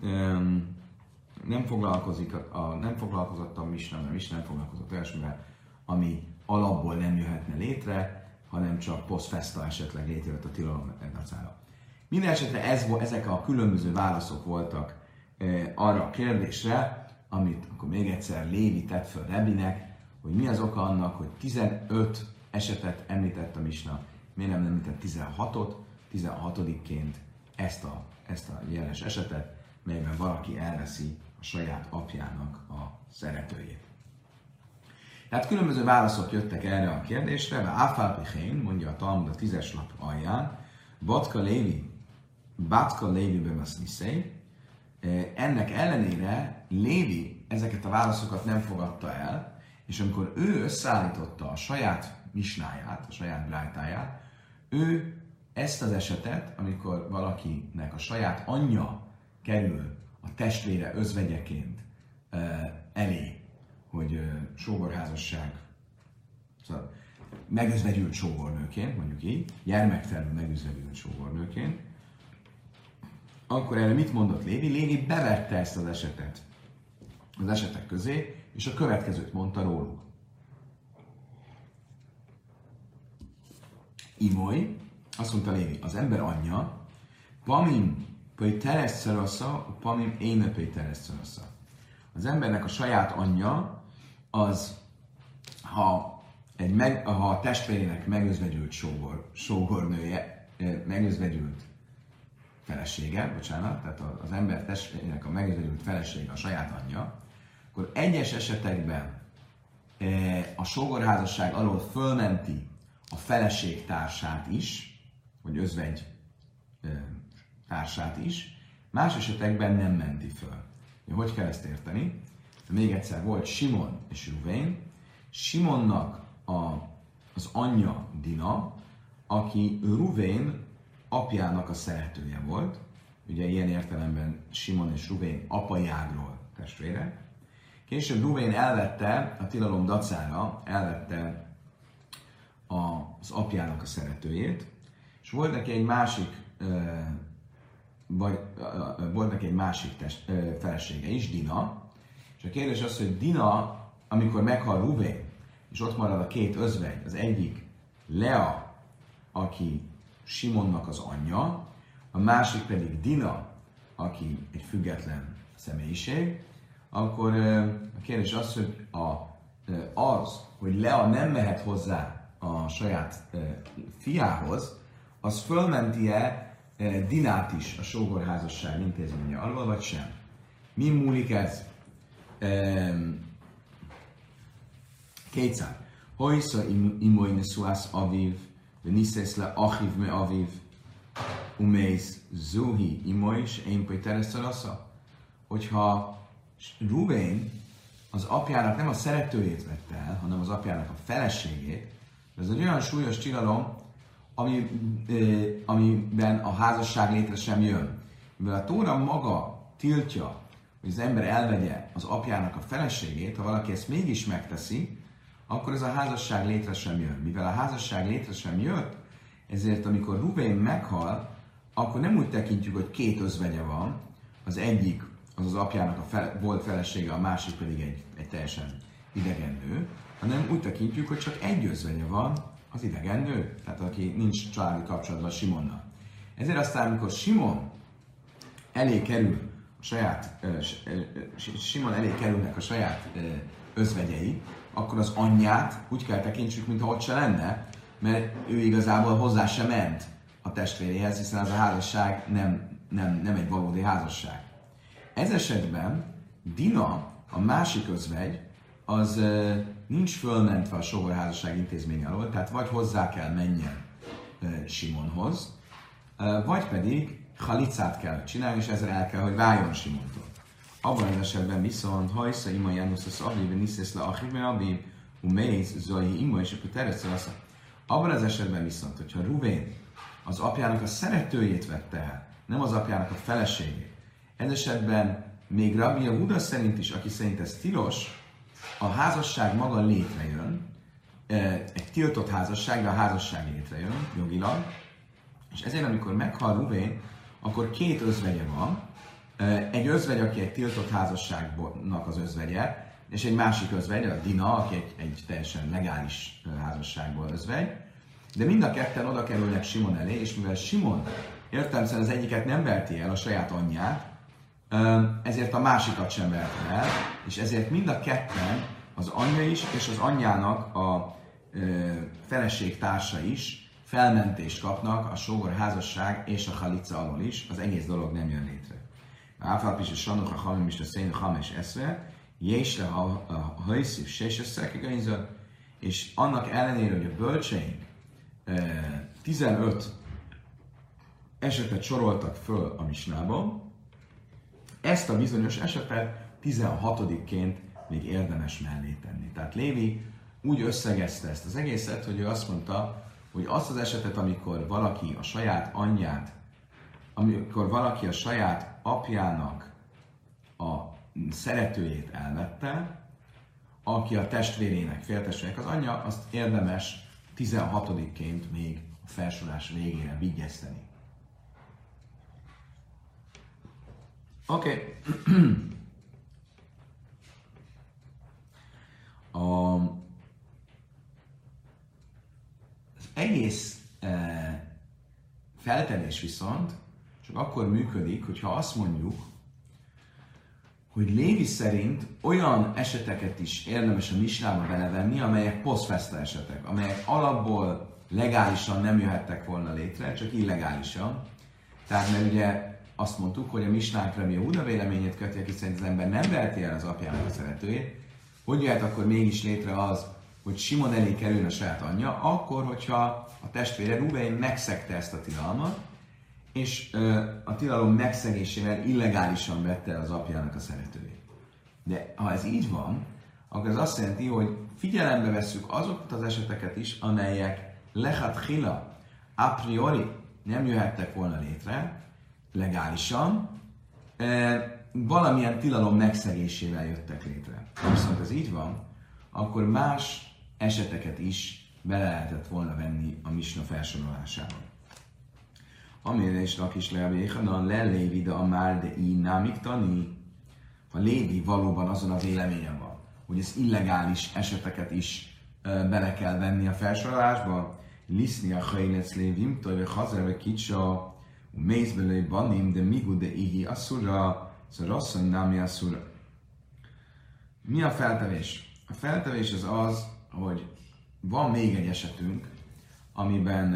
nem foglalkozott a Misna, mert a Misna nem foglalkozott olyasmivel, ami alapból nem jöhetne létre, hanem csak post festa esetleg létrejött a tilalom dacára. Minden esetre ezek a különböző válaszok voltak arra a kérdésre, amit akkor még egyszer Lévi tett föl Rebinek, hogy mi az oka annak, hogy 15 esetet említett a Misna, miért nem említett 16-ot, 16-ként ezt a jeles esetet, melyben valaki elveszi a saját apjának a szeretőjét. Tehát különböző válaszok jöttek erre a kérdésre, de Áfálpichén, mondja a Talmud a 10-es lap alján, Batka Lévi bemaszniszei, ennek ellenére Lévi ezeket a válaszokat nem fogadta el, és amikor ő összeállította a saját misnáját, a saját brájtáját, ő ezt az esetet, amikor valakinek a saját anyja kerül a testvére özvegyeként elé, hogy sógorházasság, szóval megözvegyült sógornőként, mondjuk így, gyermektelenül megözvegyült sógornőként, akkor erre mit mondott Lévi? Lévi bevette ezt az esetet az esetek közé, és a következőt mondta róluk. Imoly, azt mondta Lévi, az ember anyja, pamim pöj tereszcerasza, pamim éne pöj tereszcerasza. Az embernek a saját anyja, az, ha a testvérének megözvegyült sógornője, megözvegyült felesége, tehát az ember testvérének a megözvegyült felesége a saját anyja, akkor egyes esetekben a sógorházasság alól fölmenti a feleség társát is, vagy özvegy társát is, más esetekben nem menti föl. Hogy kell ezt érteni? Még egyszer volt Simon és Ruvén. Simonnak az anyja Dina, aki Ruvén apjának a szeretője volt. Ugye ilyen értelemben Simon és Ruvén apai ágról testvérek. Később Ruvén elvette a tilalom dacára, elvette az apjának a szeretőjét, és volt neki egy másik felesége is, Dina, és a kérdés az, hogy Dina, amikor meghal Ruvén, és ott marad a két özvegy, az egyik Lea, aki Simonnak az anyja, a másik pedig Dina, aki egy független személyiség, akkor a kérdés az, hogy Lea nem mehet hozzá a saját fiához, az fölmenti-e Dinát is a sógorházasság intézménye alól, vagy sem? Mi múlik ez? Kétszer. Hojsza imoy neszuász aviv, veniszesz le achiv me aviv, umész zuhi imoy, s én pöly teresztarasza? Hogyha Ruvén az apjának nem a szeretőjét vette el, hanem az apjának a feleségét, ez egy olyan súlyos tilalom, amiben a házasság létre sem jön. Mivel a Tóra maga tiltja, hogy az ember elvegye az apjának a feleségét, ha valaki ezt mégis megteszi, akkor ez a házasság létre sem jön. Mivel a házasság létre sem jött, ezért amikor Ruvén meghal, akkor nem úgy tekintjük, hogy két özvegye van, az egyik az apjának volt felesége, a másik pedig egy teljesen idegen nő, hanem úgy tekintjük, hogy csak egy özvegye van, az idegen nő, tehát aki nincs családi kapcsolatban Simonnal. Ezért aztán, amikor Simon elé kerülnek a saját özvegyei, akkor az anyját úgy kell tekintsük, mintha ott se lenne, mert ő igazából hozzá sem ment a testvéréhez, hiszen az a házasság nem egy valódi házasság. Ez esetben Dina, a másik özvegy, az nincs fölmentve a sógorházasság intézmény alól, tehát vagy hozzá kell menjen Simonhoz, vagy pedig halicát kell csinálni, és ezzel el kell, hogy váljon Simontól. Abban az esetben viszont, ha isza ima Jánusz az aviv, niszesz le achiv, aviv, umész, zajhi ima, és akkor teresztel azt. Abban az esetben viszont, hogyha Ruvén az apjának a szeretőjét vette el, nem az apjának a feleségét, ez esetben még Rabbi Yehuda szerint is, aki szerint ez tilos, a házasság maga létrejön, egy tiltott házasság, de a házasság létrejön jogilag, és ezért, amikor meghal Ruvén, akkor két özvegye van, egy özvegy, aki egy tiltott házasságnak az özvegye, és egy másik özvegy, a Dina, aki egy teljesen legális házasságból özvegy, de mind a ketten oda kerülnek Simon elé, és mivel Simon értelemszerűen az egyiket nem verti el, a saját anyját, ezért a másikat sem verte el, és ezért mind a ketten, az anyja is, és az anyjának a feleség társa is felmentést kapnak a sógor házasság és a halica alól is, az egész dolog nem jön létre. Áfalpis és Sanuch a Hamim is a Szén a Hames eszve, Jésle a hajszív séseszek, és annak ellenére, hogy a bölcseink 15 esetet soroltak föl a misnában, ezt a bizonyos esetet 16-ként még érdemes mellé tenni. Tehát Lévi úgy összegezte ezt az egészet, hogy ő azt mondta, hogy azt az esetet, amikor valaki a saját anyját, amikor valaki a saját apjának a szeretőjét elvette, aki a testvérének, féltestvérének az anyja, azt érdemes 16-ként még a felsorolás végére vigyeszteni. Oké. Az egész feltevés viszont csak akkor működik, hogyha azt mondjuk, hogy Lévi szerint olyan eseteket is érdemes a misnába belevenni, amelyek posztfeszta esetek, amelyek alapból legálisan nem jöhettek volna létre, csak illegálisan. Tehát mert ugye azt mondtuk, hogy a misnák Rabbi Yehuda véleményét köti, aki szerint az ember nem verti el az apjának a szeretőjét, hogy jöhet akkor mégis létre az, hogy Simon elé kerül a saját anyja, akkor, hogyha a testvére Ruvén megszegte ezt a tilalmat, és a tilalom megszegésével illegálisan vette el az apjának a szeretőjét. De ha ez így van, akkor ez azt jelenti, hogy figyelembe vesszük azokat az eseteket is, amelyek lechatchila a priori nem jöhettek volna létre, legálisan, valamilyen tilalom megszegésével jöttek létre. Ha viszont ez így van, akkor más eseteket is bele lehetett volna venni a misna felsorolásába. Amire is rakis le a véhanan, le Lévi, de a már, de így námik tani. Ha Lévi valóban azon a véleményen van, hogy ez illegális eseteket is bele kell venni a felsorolásba, liszni a hajlec Lévim, tojve hazerve kicsa, mézbelői banim, de migu de ihi asszura, szóval rasszony námi asszura. Mi a feltevés? A feltevés az, hogy van még egy esetünk, amiben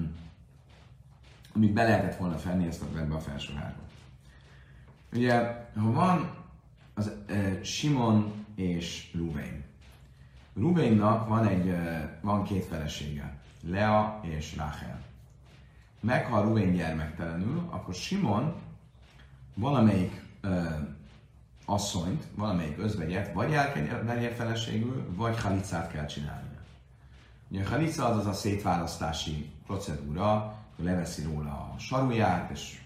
amit be lehetett volna fenni ezt ebbe a felsorolásba. Ugye, ha van az Simon és Ruvén. Ruvénnak van két felesége, Lea és Rachel. Meghal Ruvén gyermektelenül, akkor Simon valamelyik asszonyt, valamelyik özvegyet vagy elvegye feleségül, vagy halicát kell csinálnia. Ugye a halica az a szétválasztási procedúra, hogy leveszi róla a saruját, és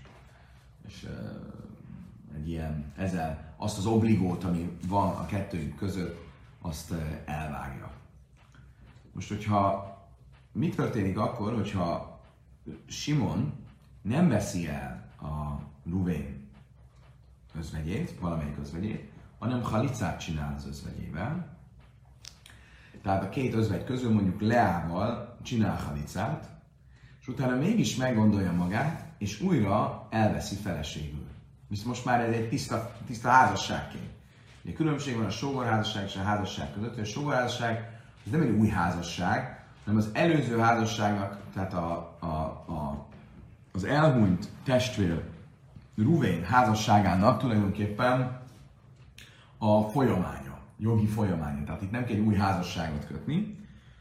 egy ilyen, ezzel azt az obligót, ami van a kettőjük között, azt elvágja. Most, hogyha mi történik akkor, hogyha Simon nem veszi el a Ruvén özvegyét, valamelyik özvegyét, hanem halicát csinál az özvegyével. Tehát a két özvegy közül mondjuk Leával csinál halicát, és utána mégis meggondolja magát, és újra elveszi feleségül. Viszont most már ez egy tiszta házasságként. Ugye különbség van a sógorházasság és a házasság között, hogy a sógorházasság az nem egy új házasság, hanem az előző házasságnak, tehát az elhunyt testvér Ruvén házasságának tulajdonképpen a folyamánya. jogi folyamánya. Tehát itt nem kell egy új házasságot kötni,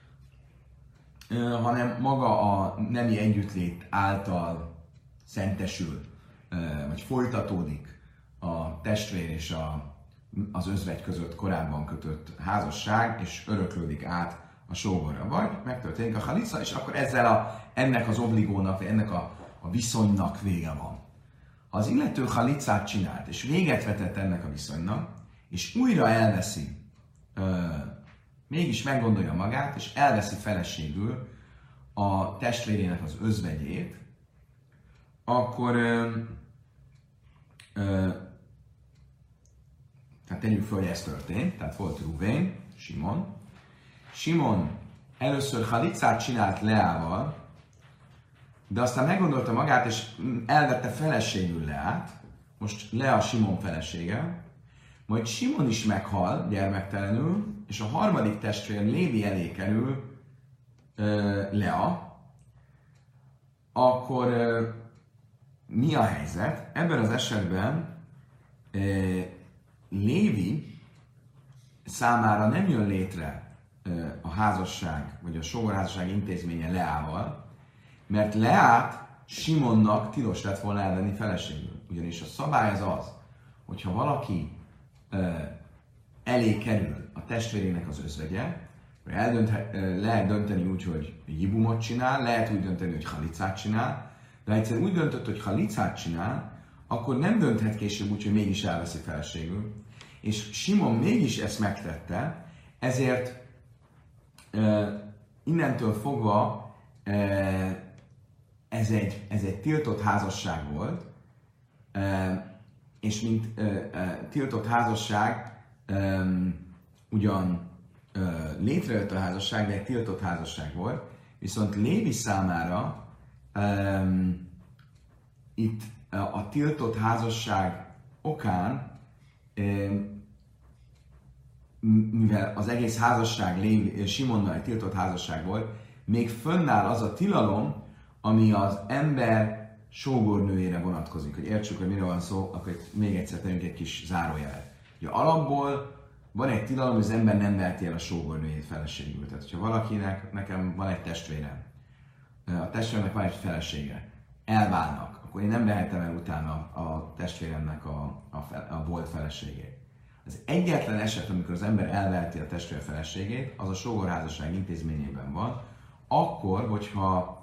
hanem maga a nemi együttlét által szentesül, vagy folytatódik a testvér és az özvegy között korábban kötött házasság, és öröklődik át a sógorra. Vagy megtörténik a halica, és akkor ezzel ennek az obligónak, vagy ennek a viszonynak vége van. Ha az illető halicát csinált, és véget vetett ennek a viszonynak, és újra elveszi, mégis meggondolja magát, és elveszi feleségül a testvérének az özvegyét, akkor tehát tegyük fel, hogy ez történt, tehát volt Ruvén, Simon először halicát csinált Leával, de aztán meggondolta magát, és elvette feleségül Leát, most Lea Simon felesége, majd Simon is meghal gyermektelenül, és a harmadik testvér Lévi elé kerül Lea, akkor mi a helyzet? Ebben az esetben Lévi számára nem jön létre a házasság, vagy a sógorházasság intézménye Leával, mert Leát Simonnak tilos lett volna elvenni feleségül. Ugyanis a szabály az, hogyha valaki elé kerül a testvérének az özvegye, lehet dönteni úgy, hogy jibumot csinál, lehet úgy dönteni, hogy halicát csinál, de egyszer úgy döntött, hogy halicát csinál, akkor nem dönthet később úgy, hogy mégis elveszi feleségül. És Simon mégis ezt megtette, ezért innentől fogva ez egy tiltott házasság volt, és mint tiltott házasság ugyan létrejött a házasság, de egy tiltott házasság volt, viszont Lévi számára itt a tiltott házasság okán, mivel az egész házasság Simonnal egy tiltott házasság volt, még fönnáll az a tilalom, ami az ember sógornőjére vonatkozik. Hogy értsük, hogy miről van szó, akkor itt még egyszer tegyünk egy kis zárójelet. Ugye alapból van egy tilalom, hogy az ember nem veheti el a sógornőjét feleségül. Tehát, hogyha valakinek, nekem van egy testvérem, a testvéremnek van egy felesége, elválnak, akkor én nem vehetem el utána a testvéremnek a volt feleségét. Az egyetlen eset, amikor az ember elveheti a testvér feleségét, az a sógorházasság intézményében van, akkor, hogyha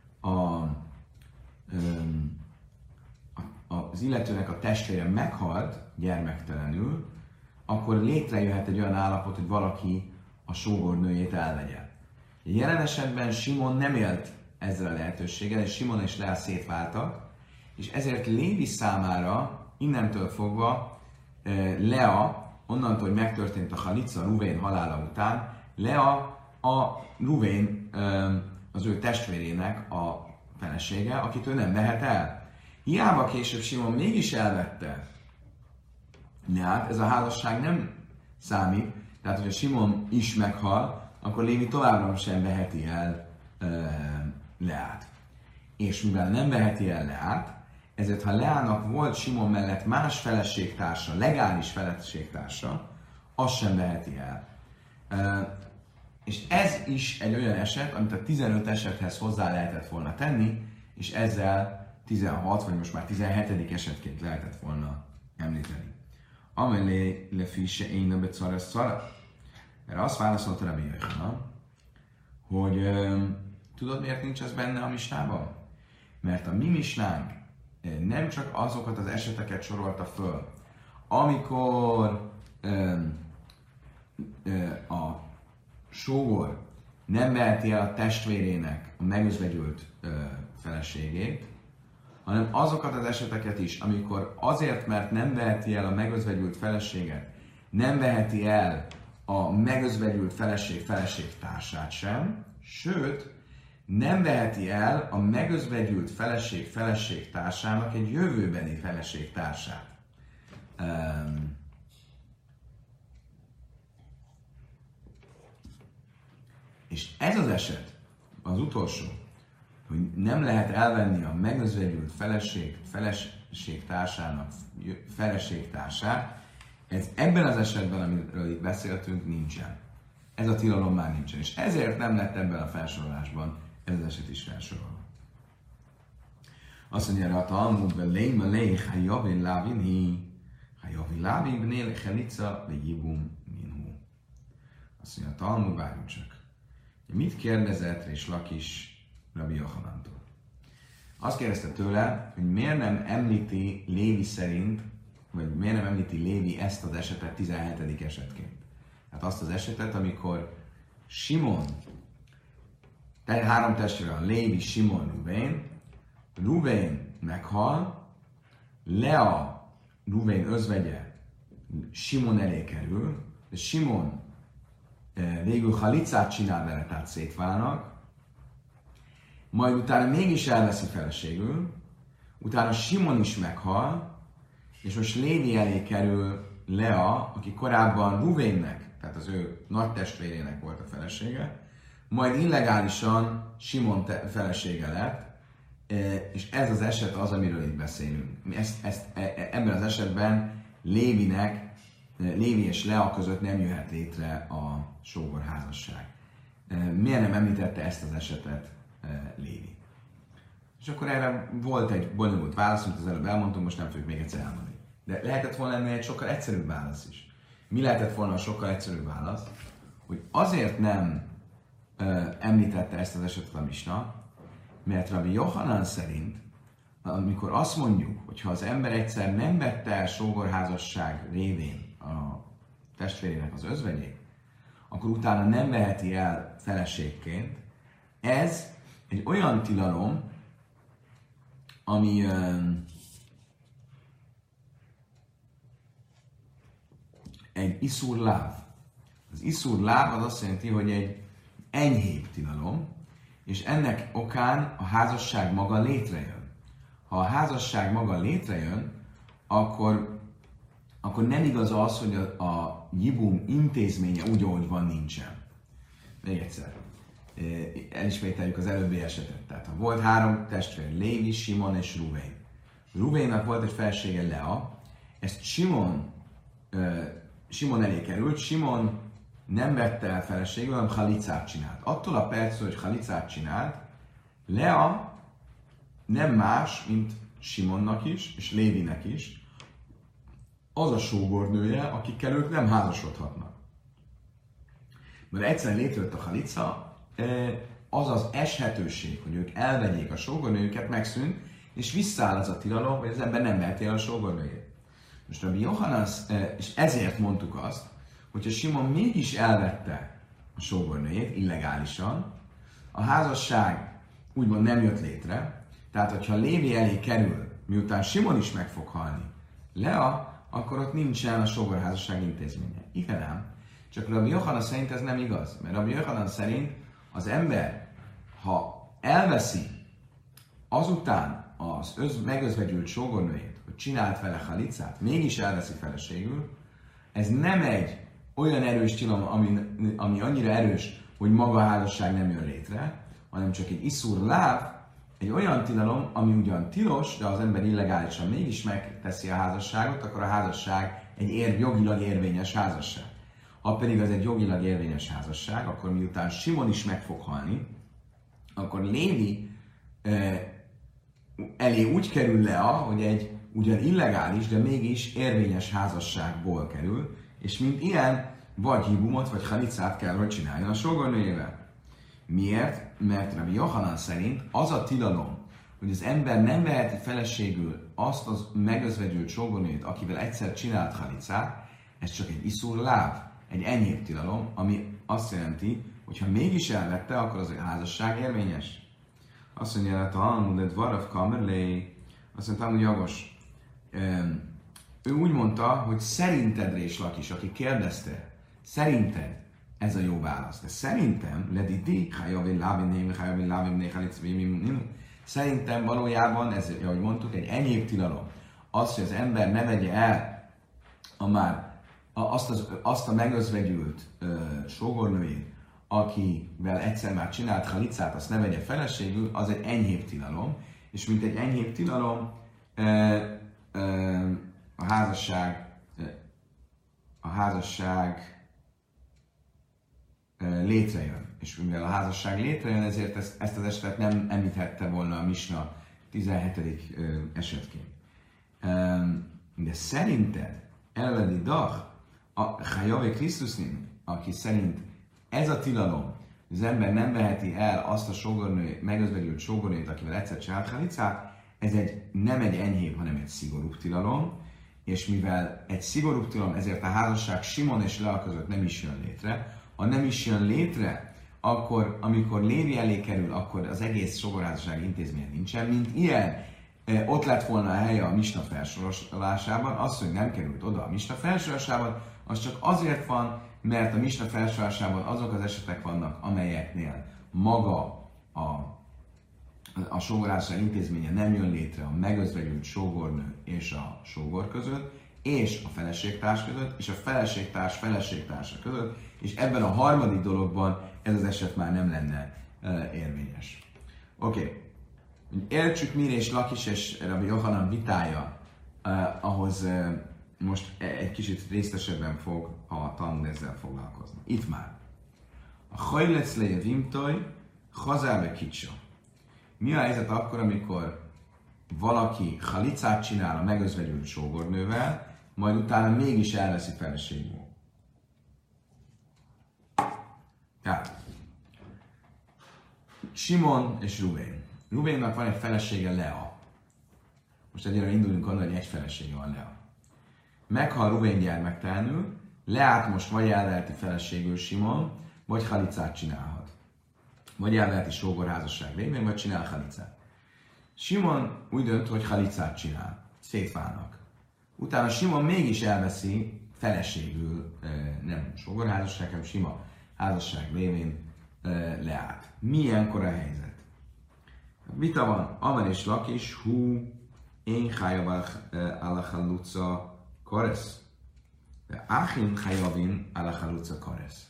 az illetőnek a testvére meghalt gyermektelenül, akkor létrejöhet egy olyan állapot, hogy valaki a sógornőjét elvegye. Jelen esetben Simon nem élt ezzel a lehetőséggel, és Simon és Lea szétváltak, és ezért Lévi számára innentől fogva Lea, onnantól, hogy megtörtént a halica Ruvén halála után, Lea a Ruvén az ő testvérének a felesége, akit ő nem vehet el. Hiába később Simon mégis elvette Leát, ez a házasság nem számít, tehát hogyha Simon is meghal, akkor Lévi továbbra sem veheti el Leát. És mivel nem veheti el Leát, ezért ha Leának volt Simon mellett más feleségtársa, legális feleségtársa, azt sem veheti el. És ez is egy olyan eset, amit a 15 esethez hozzá lehetett volna tenni, és ezzel 16 vagy most már 17. esetként lehetett volna említeni. Amelé lefise én a becara szara. Mert azt válaszolta Rabbi Yochanan, hogy tudod, miért nincs ez benne a misnában? Mert a mi misnánk nem csak azokat az eseteket sorolta föl, amikor a sógor nem veheti el a testvérének a megözvegyült feleségét, hanem azokat az eseteket is, amikor azért, mert nem veheti el a megözvegyült feleséget, nem veheti el a megözvegyült feleség-feleségtársát sem, sőt, nem veheti el a megözvegyült feleség-feleségtársának egy jövőbeni feleségtársát. És ez az eset, az utolsó, hogy nem lehet elvenni a megözvegyült feleségtársának feleségtársát, Ez ebben az esetben, amiről itt beszéltünk, nincsen. Ez a tilalom már nincsen. És ezért nem lett ebben a felsorolásban ez az eset is felsorolva. Azt mondja, a Talmudban léma lé, ha javin lávin hi, ha javin lávin bnél helica, ve jibum minhu. Azt mondja, a Talmud, várjunk csak. Mit kérdezett Rés Lakis Rabbi Jochanantól? Azt kérdezte tőle, hogy miért nem említi Lévi szerint, vagy miért nem említi Lévi ezt az esetet 17. esetként. Tehát azt az esetet, amikor Simon, tehát 3 testvére van, Lévi, Simon, Ruvén, Ruvén meghal, Lea, Ruvén özvegye, Simon elé kerül, de Simon végül halicát csinál vele, tehát szétválnak, majd utána mégis elveszi feleségül, utána Simon is meghal, és most Lévi elé kerül Lea, aki korábban Ruvénnek, tehát az ő nagy testvérének volt a felesége, majd illegálisan Simon felesége lett, és ez az eset az, amiről itt beszélünk. Ebben az esetben Lévi és Lea között nem jöhet létre a sógorházasság. Miért nem említette ezt az esetet Lévi? És akkor erre volt egy bonyolult válasz, amit az előbb elmondtam, most nem fogjuk még egyszer elmondani. De lehetett volna ennél egy sokkal egyszerűbb válasz is. Mi lehetett volna a sokkal egyszerűbb válasz? Hogy azért nem említette ezt az esetet a Misna, mert Rabbi Jochanan szerint, amikor azt mondjuk, hogy ha az ember egyszer nem vette el sógorházasság révén a testvérének az özvegyét, akkor utána nem veheti el feleségként. Ez egy olyan tilalom, ami egy iszur láv. Az iszur láv az azt jelenti, hogy egy enyhébb tilalom, és ennek okán a házasság maga létrejön. Ha a házasság maga létrejön, akkor nem igaz az, hogy a jibum intézménye úgy, ahogy van, nincsen. Még egyszer. Elismételjük az előbbi esetet. Tehát ha volt 3 testvér, Lévi, Simon és Ruvén. Ruvénnak volt egy felesége, Lea. Ezt Simon elé került. Simon nem vette el feleségül, hanem halicát csinált. Attól a perctől, hogy halicát csinált, Lea nem más, mint Simonnak is, és Lévinek is, az a sógornője, akikkel ők nem házasodhatnak. Mert egyszerűen létrejött a halica, az az eshetőség, hogy ők elvegyék a sógornőjüket, megszűnt, és visszaáll az a tilalom, hogy az ember nem veheti el a sógornőjét. Most Rabbi Jochanan, és ezért mondtuk azt, hogyha Simon mégis elvette a sógornőjét illegálisan, a házasság úgymond nem jött létre, tehát hogyha Lévi elé kerül, miután Simon is meg fog halni, Lea, akkor ott nincsen a sógorházasság intézménye. Igen ám, csak Rabbi Jochanan szerint ez nem igaz, mert Rabbi Jochanan szerint az ember, ha elveszi azután az megözvegyült sógornőjét, hogy csinált vele halicát, mégis elveszi feleségül, ez nem egy olyan erős tilalom, ami annyira erős, hogy maga a házasság nem jön létre, hanem csak egy iszur láv, egy olyan tilalom, ami ugyan tilos, de az ember illegálisan mégis megteszi a házasságot, akkor a házasság egy jogilag érvényes házasság. Ha pedig az egy jogilag érvényes házasság, akkor miután Simon is meg fog halni, akkor Lévi elé úgy kerül le, hogy egy ugyan illegális, de mégis érvényes házasságból kerül, és mint ilyen, vagy hibumot, vagy halicát kell, hogy csináljon a sógornőjével. Miért? Mert Rabbi Jochanan szerint az a tilalom, hogy az ember nem veheti feleségül azt az megözvegyült sógornőjét, akivel egyszer csinált halicát, ez csak egy iszur láv, egy enyhébb tilalom, ami azt jelenti, hogy ha mégis elvette, akkor az a házasság érvényes. Azt mondja, hogy a Talmud, de Dvarav Kamerlé, azt mondta, hogy jogos. Ő úgy mondta, hogy szerinted Rés Lakis, aki kérdezte, szerinted ez a jó válasz. De szerintem, szerintem valójában, ez, ahogy mondtuk, egy enyhébb tilalom. Az, hogy az ember ne vegye el azt a megözvegyült sógornőjét, akivel egyszer már csinált halicát, azt ne vegye feleségül, az egy enyhébb tilalom. És mint egy enyhébb tilalom, a házasság a házasság létrejön. És mivel a házasság létrejön, ezért ezt az esetet nem említhette volna a Misna 17. esetként. De szerinted Eledi Dach, a Chayavé Krisztusnin, aki szerint ez a tilalom, az ember nem veheti el azt a megözvegyült sógornőt, akivel egyszer csinált halicát, ez nem egy enyhébb, hanem egy szigorúbb tilalom, és mivel egy szigorúbb tilalom, ezért a házasság Simon és Lea között nem is jön létre. Ha nem is jön létre, akkor amikor Lévi elé kerül, akkor az egész sógorházasság intézménye nincsen, mint ilyen. Ott lett volna a helye a Misna felsorolásában, az, hogy nem került oda a Misna felsorolásában, az csak azért van, mert a Misna felsorolásában azok az esetek vannak, amelyeknél maga a sógorházasság intézménye nem jön létre a megözvegyült sógornő és a sógor között, és a feleségtárs között, és a feleségtárs feleségtársa között, és ebben a harmadik dologban ez az eset már nem lenne érvényes. Oké. Értsük Mire és Lakis és Rabbi Yochanan vitája, ahhoz most egy kicsit részletesebben fog a Talmud ezzel foglalkozni. Itt már. A hajlec leje vimtoj, hazábe kicsa. Mi a helyzet akkor, amikor valaki halicát csinál a megözvegyült sógornővel, majd utána mégis elveszi feleségül? Tehát, Simon és Ruvén. Ruvénnak van egy felesége, Lea. Most egyre indulunk onnan, hogy egy felesége van, Lea. Meghal Ruvén gyermektelenül, Leát most vagy elveheti feleségül Simon, vagy halicát csinálhat. Vagy elveheti sógorházasság révén, vagy csinál halicát. Simon úgy dönt, hogy halicát csinál. Szétválnak. Utána Simon mégis elveszi feleségül, nem sógorházasság, hanem sima házasság révén Leát. Milyenkor a helyzet? Vita van, Amar és Lakis, én Chayavach alachaluca karesz. De Achim Chayavin alachaluca karesz.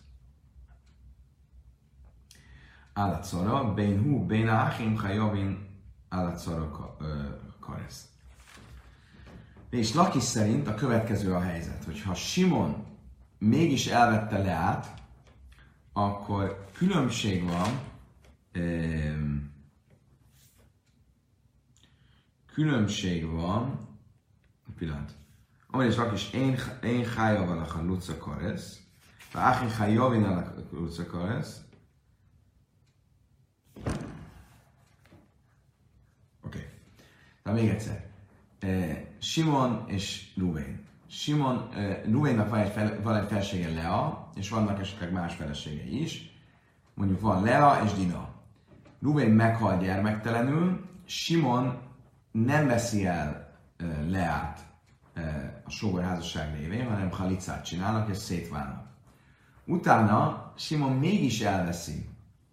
Alacara, ben Achim Chayavin alacara karesz. És Lakis szerint a következő a helyzet, hogy ha Simon mégis elvette Leát, akkor különbség van, pillanat. Amely is Lakis, én Chayav alachaluca karesz, de Achim Chayavin alachaluca karesz. Oké. De még egyszer. Simon és Ruvén. Ruvénnak van egy felesége, Lea, és vannak esetleg más feleségei is. Mondjuk van Lea és Dina. Ruvén meghal gyermektelenül, Simon nem veszi el Leát a sógorházasság révén, hanem halicát csinálnak és szétválnak. Utána Simon mégis elveszi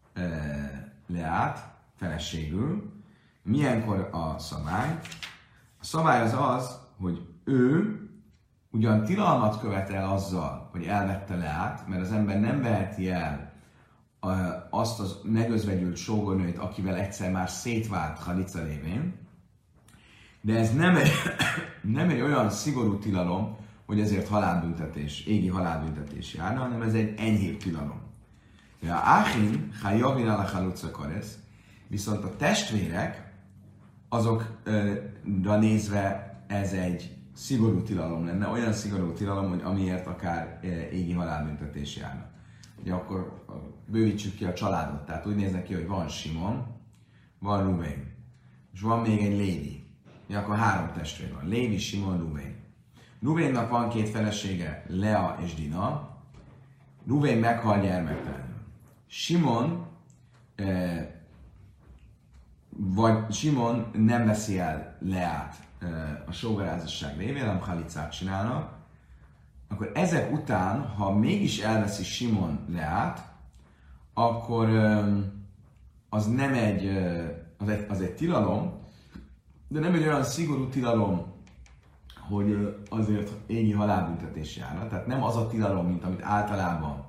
Leát feleségül. Milyenkor a szabály? A szabály az, hogy ő ugyan tilalmat követel azzal, hogy elvette Leát, mert az ember nem veheti el azt az megözvegyült sógornőt, akivel egyszer már szétvált halica révén, de ez nem egy olyan szigorú tilalom, hogy ezért halálbüntetés, égi halálbüntetés járna, hanem ez egy enyhébb tilalom. A Achim, Chayavin alachaluca karesz, viszont a testvérek, azokra nézve ez egy szigorú tilalom lenne, olyan szigorú tilalom, hogy amiért akár égi halálbüntetés járna. Ugye akkor bővítsük ki a családot, tehát úgy néznek ki, hogy van Simon, van Ruvén, és van még egy Lévi. Ugye akkor 3 testvér van, Lévi, Simon, Ruvén. Ruvénnak van 2 felesége, Lea és Dina. Ruvén meghal gyermektelenül. Simon nem veszi el Leát a sógorházasság révén, hanem halicát csinálnak, akkor ezek után, ha mégis elveszi Simon Leát, akkor az nem az egy tilalom, de nem egy olyan szigorú tilalom, hogy azért égi halálbüntetés járna. Tehát nem az a tilalom, mint amit általában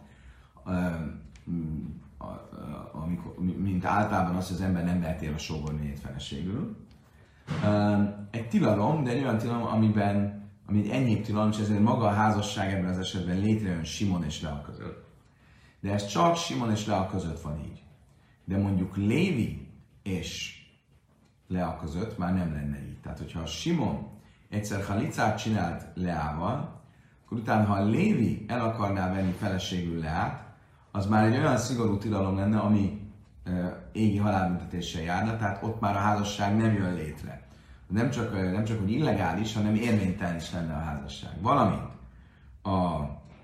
mint általában az, hogy az ember nem veheti el a sógornőjét feleségül. Egy tilalom, de egy olyan tilalom, ami egy enyhébb tilalom, és ezért maga a házasság ebben az esetben létrejön Simon és Lea között. De ez csak Simon és Lea között van így. De mondjuk Lévi és Lea között már nem lenne így. Tehát, hogyha Simon egyszer halicát csinált Leával, akkor utána, ha Lévi el akarná venni feleségül Leát, az már egy olyan szigorú tilalom lenne, ami égi halálbüntetéssel járna, tehát ott már a házasság nem jön létre. Nem csak hogy illegális, hanem érvénytelen is lenne a házasság. Valamint a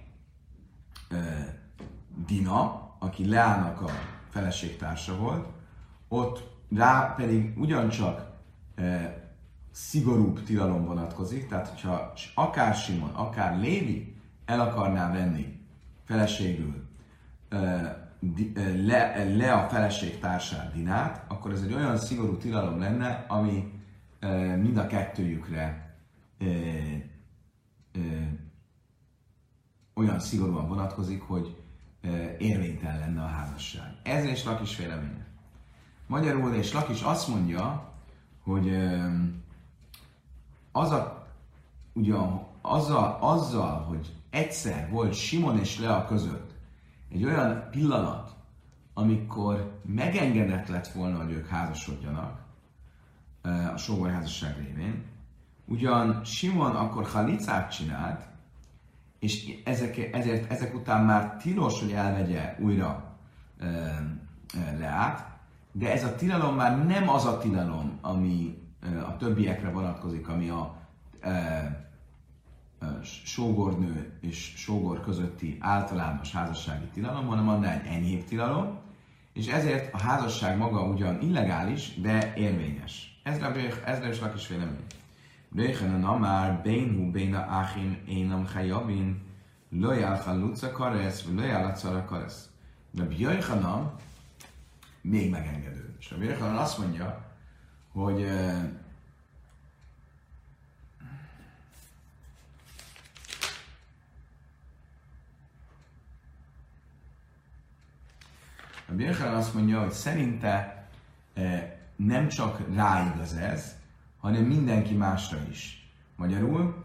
Dina, aki Leának a feleségtársa volt, ott rá pedig ugyancsak szigorúbb tilalom vonatkozik, tehát hogyha akár Simon, akár Lévi el akarná venni feleségül Lea feleségtársát, Dinát, akkor ez egy olyan szigorú tilalom lenne, ami mind a kettőjükre olyan szigorúan vonatkozik, hogy érvénytelen lenne a házasság. Ez és Lakis véleménye. Magyarul és Lakis azt mondja, hogy azzal, hogy egyszer volt Simon és Lea között egy olyan pillanat, amikor megengedett lett volna, hogy ők házasodjanak a sógorházasság révén, ugyan Simon akkor halicát csinált, és ezért ezek után már tilos, hogy elvegye újra Leát, de ez a tilalom már nem az a tilalom, ami a többiekre vonatkozik, ami a sógornő és sógor közötti általános házassági tilalom, hanem annál egy enyhébb tilalom, és ezért a házasság maga ugyan illegális, de érvényes. Ez is Lakis vélemény. Réhenen amár bénhu béna áhim énam chajabin lojál halutza karesz, lojál acara karesz. De Bjöjhanam még megengedő. És a Bjöjhanam azt mondja, hogy a Bjöjhanam azt mondja, hogy szerinte nem csak rá igaz ez, hanem mindenki másra is. Magyarul,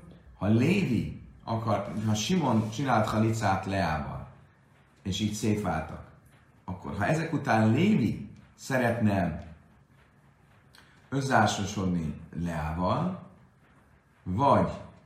ha Simon csinált halicát Leával, és így szétváltak, akkor ha ezek után Lévi szeretne összeházasodni Leával, vagy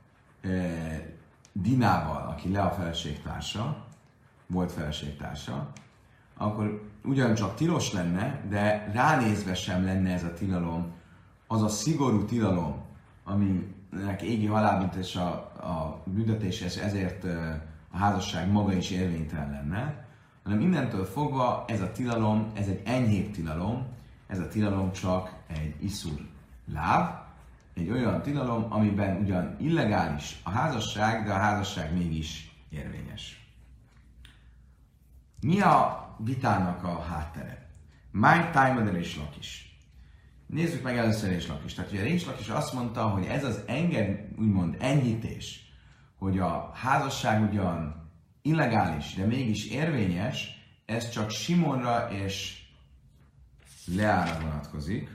Dinával, aki Lea feleségtársa, volt feleségtársa, akkor ugyancsak tilos lenne, de ránézve sem lenne ez a tilalom, az a szigorú tilalom, aminek égi halálbüntetés a büntetés, ezért a házasság maga is érvénytelen lenne, hanem innentől fogva ez a tilalom, ez egy enyhébb tilalom, ez a tilalom csak egy iszur láb, egy olyan tilalom, amiben ugyan illegális a házasság, de a házasság mégis érvényes. Mi a vitának a háttere? My time és Lakis. Nézzük meg először Résh Lakis. Tehát ugye Résh Lakis azt mondta, hogy ez az úgymond enyhítés, hogy a házasság ugyan illegális, de mégis érvényes, ez csak Simonra és Leára vonatkozik.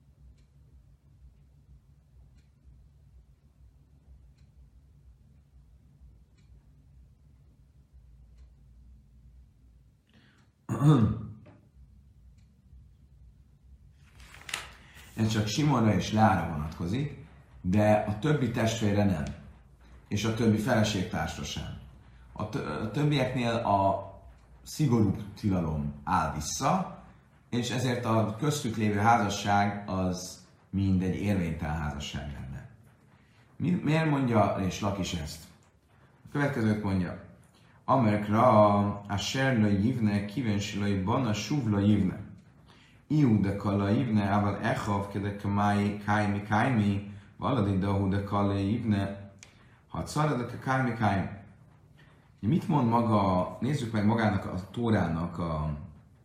Ez csak Simonra és Leára vonatkozik, de a többi testvére nem. És a többi feleségtársra sem. A többieknél a szigorúbb tilalom áll vissza, és ezért a köztük lévő házasság az mind egy érvénytelen házasság lenne. Miért mondja és Lakis ezt? A következőt mondja. Amerikra a serla jivne, kivensilai bana suvla jivne. Iuda kala jivne, ával echav kede kaimi, valadi dahu de kala jivne, ha szaradak a kaimi. Mit mond maga, nézzük meg magának a Tórának a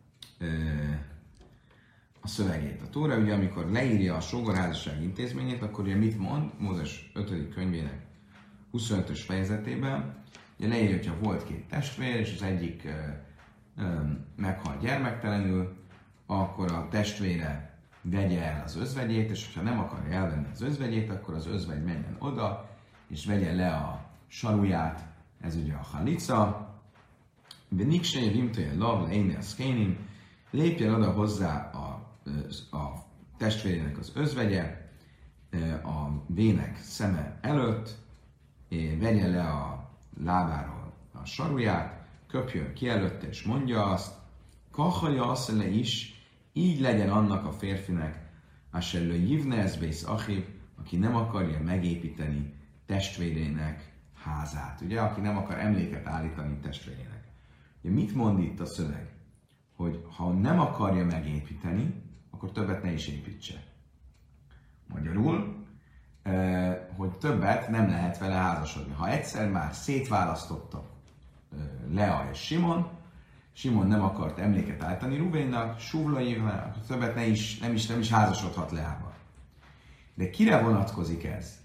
szövegét. A Tóra ugye, amikor leírja a sógorházasság intézményét, akkor ugye mit mond? Mózes 5. könyvének 25-ös fejezetében. Ugye leírja, hogyha volt két testvér, és az egyik meghal gyermektelenül, akkor a testvére vegye el az özvegyét, és ha nem akarja elvenni az özvegyét, akkor az özvegy menjen oda, és vegye le a saruját, ez ugye a halica. De niksei rimtője lav, énél szkénim, lépjen oda hozzá a testvérének az özvegye, a vének szeme előtt, vegye le a lábáról a saruját, köpjön ki előtte, és mondja azt, kahalja azt le is, így legyen annak a férfinek, Asellő Jivnezbész Achiv, aki nem akarja megépíteni testvérének házát. Ugye, aki nem akar emléket állítani testvérének. Ugye, mit mond itt a szöveg? Hogy ha nem akarja megépíteni, akkor többet ne is építse. Magyarul, hogy többet nem lehet vele házasodni. Ha egyszer már szétválasztotta Lea és Simon nem akart emléket állítani Ruvénnak, Suvlaivnak, akkor többet nem is házasodhat Leával. De kire vonatkozik ez?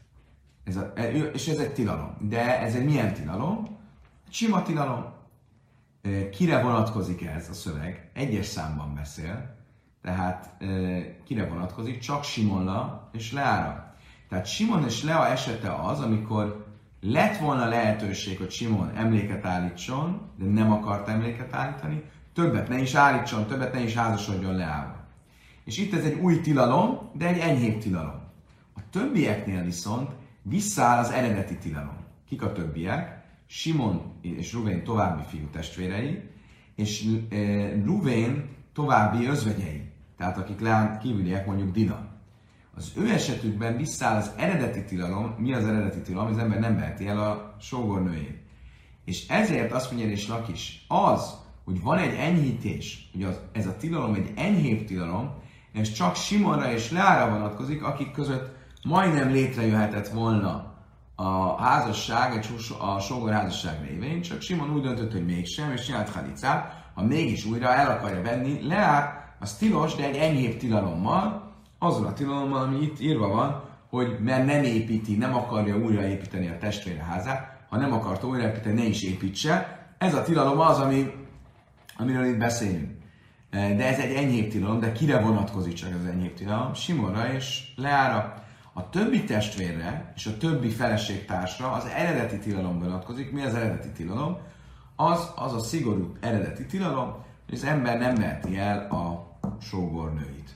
És ez egy tilalom. De ez egy milyen tilalom? Sima tilalom. Kire vonatkozik ez a szöveg? Egyes számban beszél. Tehát kire vonatkozik? Csak Simonra és Leára. Tehát Simon és Lea esete az, amikor lett volna lehetőség, hogy Simon emléket állítson, de nem akart emléket állítani, többet ne is állítson, többet ne is házasodjon Leával. És itt ez egy új tilalom, de egy enyhébb tilalom. A többieknél viszont visszaáll az eredeti tilalom. Kik a többiek? Simon és Ruvén további fiú testvérei, és Ruvén további özvegyei, tehát akik Leán kívüliek, mondjuk Dina. Az ő esetükben visszaáll az eredeti tilalom. Mi az eredeti tilalom? Az ember nem veheti el a sógornőjét. És ezért azt mondja és Lakis, az, hogy van egy enyhítés, hogy ez a tilalom egy enyhébb tilalom, és csak Simonra és Leára vonatkozik, akik között majdnem létrejöhetett volna a házasság, a sógorházasság révén, csak Simon úgy döntött, hogy mégsem, és csinált halicát, ha mégis újra el akarja venni, Leát, az tilos, de egy enyhébb tilalommal, azzal a tilalommal, ami itt írva van, hogy mert nem építi, nem akarja újraépíteni a testvére házát, ha nem akarta újraépíteni, ne is építse. Ez a tilalom az, amiről itt beszélünk. De ez egy enyhébb tilalom, de kire vonatkozik csak az enyhébb tilalom? Simonra és Leára. A többi testvérre és a többi feleségtársra az eredeti tilalom vonatkozik. Mi az eredeti tilalom? Az a szigorú eredeti tilalom, hogy az ember nem veheti el a sógornőit.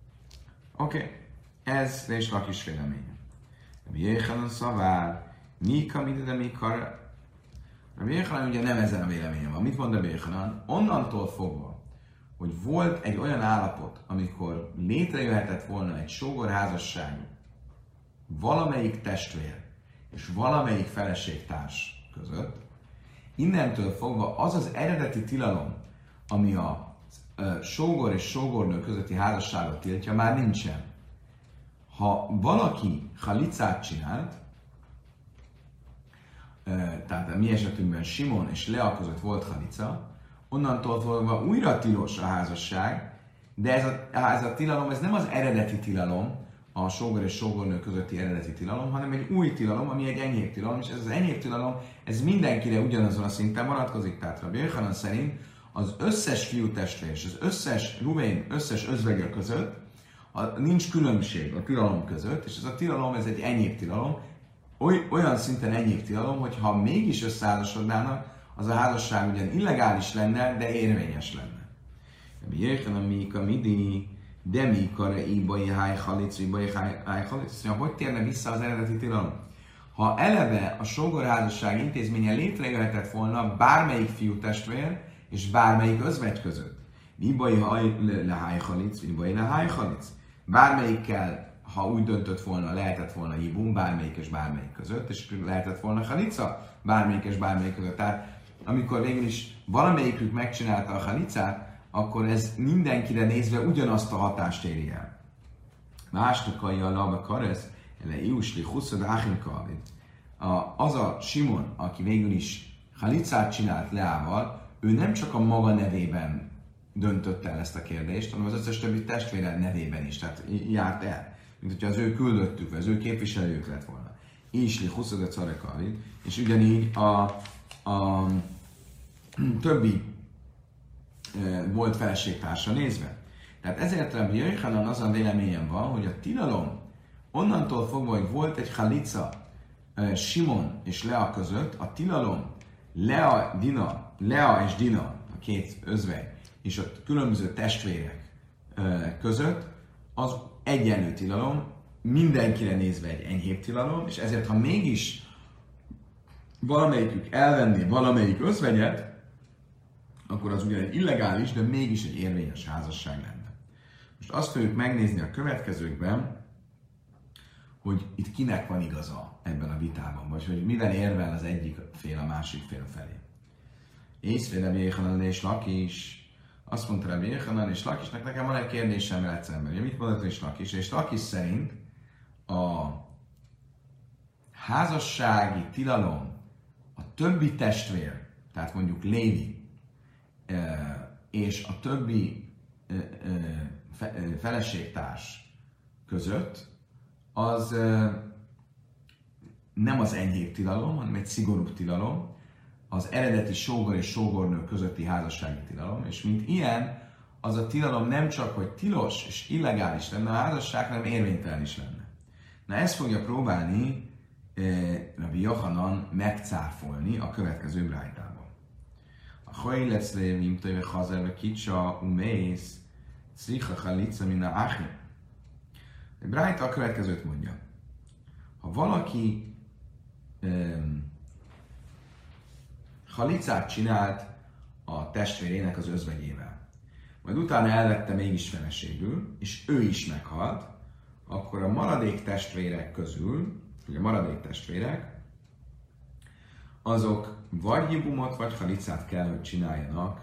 Oké. Ez és Lakis véleménye. Rabbi Jéhanan szavár, Mika de Mikar. Rabbi Jéhanan ugye nem ezen a véleményen van. Mit mond Rabbi Jéhanan? Onnantól fogva, hogy volt egy olyan állapot, amikor létrejöhetett volna egy sógorházasság valamelyik testvér és valamelyik feleségtárs között, innentől fogva az az eredeti tilalom, ami a sógor és sógornő közötti házasságot tiltja, már nincsen. Ha valaki halicát csinált, tehát a mi esetünkben Simon és Lea között volt halica, onnantól fogva újra tilos a házasság, de ez a tilalom, ez nem az eredeti tilalom, a sógor és sógornő közötti eredeti tilalom, hanem egy új tilalom, ami egy enyhébb tilalom, és ez az enyhébb tilalom, ez mindenkire ugyanazon a szinten vonatkozik. Tehát Rabbi Jéhanan szerint az összes fiútestvér és az összes Ruvén, összes özvegye között nincs különbség a tilalom között, és ez a tilalom, ez egy enyhébb tilalom, olyan szinten enyhébb tilalom, hogy ha mégis összeházasodnának, az a házasság ugyan illegális lenne, de érvényes lenne. Rabbi Jéhanan Mika Midi, de Mikare Ibai Hájhalic, Ibai Hájhalic, hogy térne vissza az eredeti tilalom? Ha eleve a sógorházasság intézménye létrejöhetett volna bármelyik fiútestvér és bármelyik özvegy között, Ibai Hájhalic, Ibai Hájhalic, bármelyikkel, ha úgy döntött volna, lehetett volna Ibum bármelyik és bármelyik között, és lehetett volna Halica bármelyik és bármelyik között. Tehát amikor végül is valamelyikük megcsinálta a halicát, akkor ez mindenkire nézve ugyanazt a hatást éri el. Mástukai a laba karesz, ele iusli huszad áchin kalvid. Az a Simon, aki végül is halicát csinált Leával, ő nem csak a maga nevében döntött el ezt a kérdést, hanem az összes többi testvére nevében is, tehát járt el. Mint hogyha az ő küldöttük, vagy az ő képviselők lett volna. Isli huszad áchin kalvid, és ugyanígy a többi volt feleségtársa nézve. Tehát ezért Rabbi Jéhanan azon véleményen van, hogy a tilalom onnantól fogva, hogy volt egy halica Simon és Lea között a tilalom Lea és Dina, a két özvegy, és a különböző testvérek között az egyenlő tilalom, mindenkire nézve egy enyhébb tilalom, és ezért, ha mégis valamelyikük elvenné valamelyik özvegyet, akkor az ugyan egy illegális, de mégis egy érvényes házasság lenne. Most azt fogjuk megnézni a következőkben, hogy itt kinek van igaza ebben a vitában, vagy hogy mivel érvel az egyik fél a másik fél felé. Észre Rabbi Yechanan és Lakis, azt mondta Rabbi Yechanan és Lakisnak, nekem van egy kérdésem veled szemben. Ugye mit mondott és Lakis? És Lakis szerint a házassági tilalom a többi testvér, tehát mondjuk Lévi, és a többi feleségtárs között, az nem az enyhébb tilalom, hanem egy szigorúbb tilalom, az eredeti sógor és sógornő közötti házassági tilalom, és mint ilyen, az a tilalom nem csak, hogy tilos és illegális lenne a házasság, hanem érvénytelen is lenne. Na ezt fogja próbálni Rabbi Yochanan megcáfolni a következő brájtában. A hajlecre, mimtöve hazerve kicsa, umész, Szricha chalitza minna achim. A brájta a következőt mondja. Ha valaki halicát csinált a testvérének az özvegyével, majd utána elvette mégis feleségül, és ő is meghalt, akkor a maradék testvérek közül, ugye a maradék testvérek, azok vagy jibumot, vagy halicát kell, hogy csináljanak,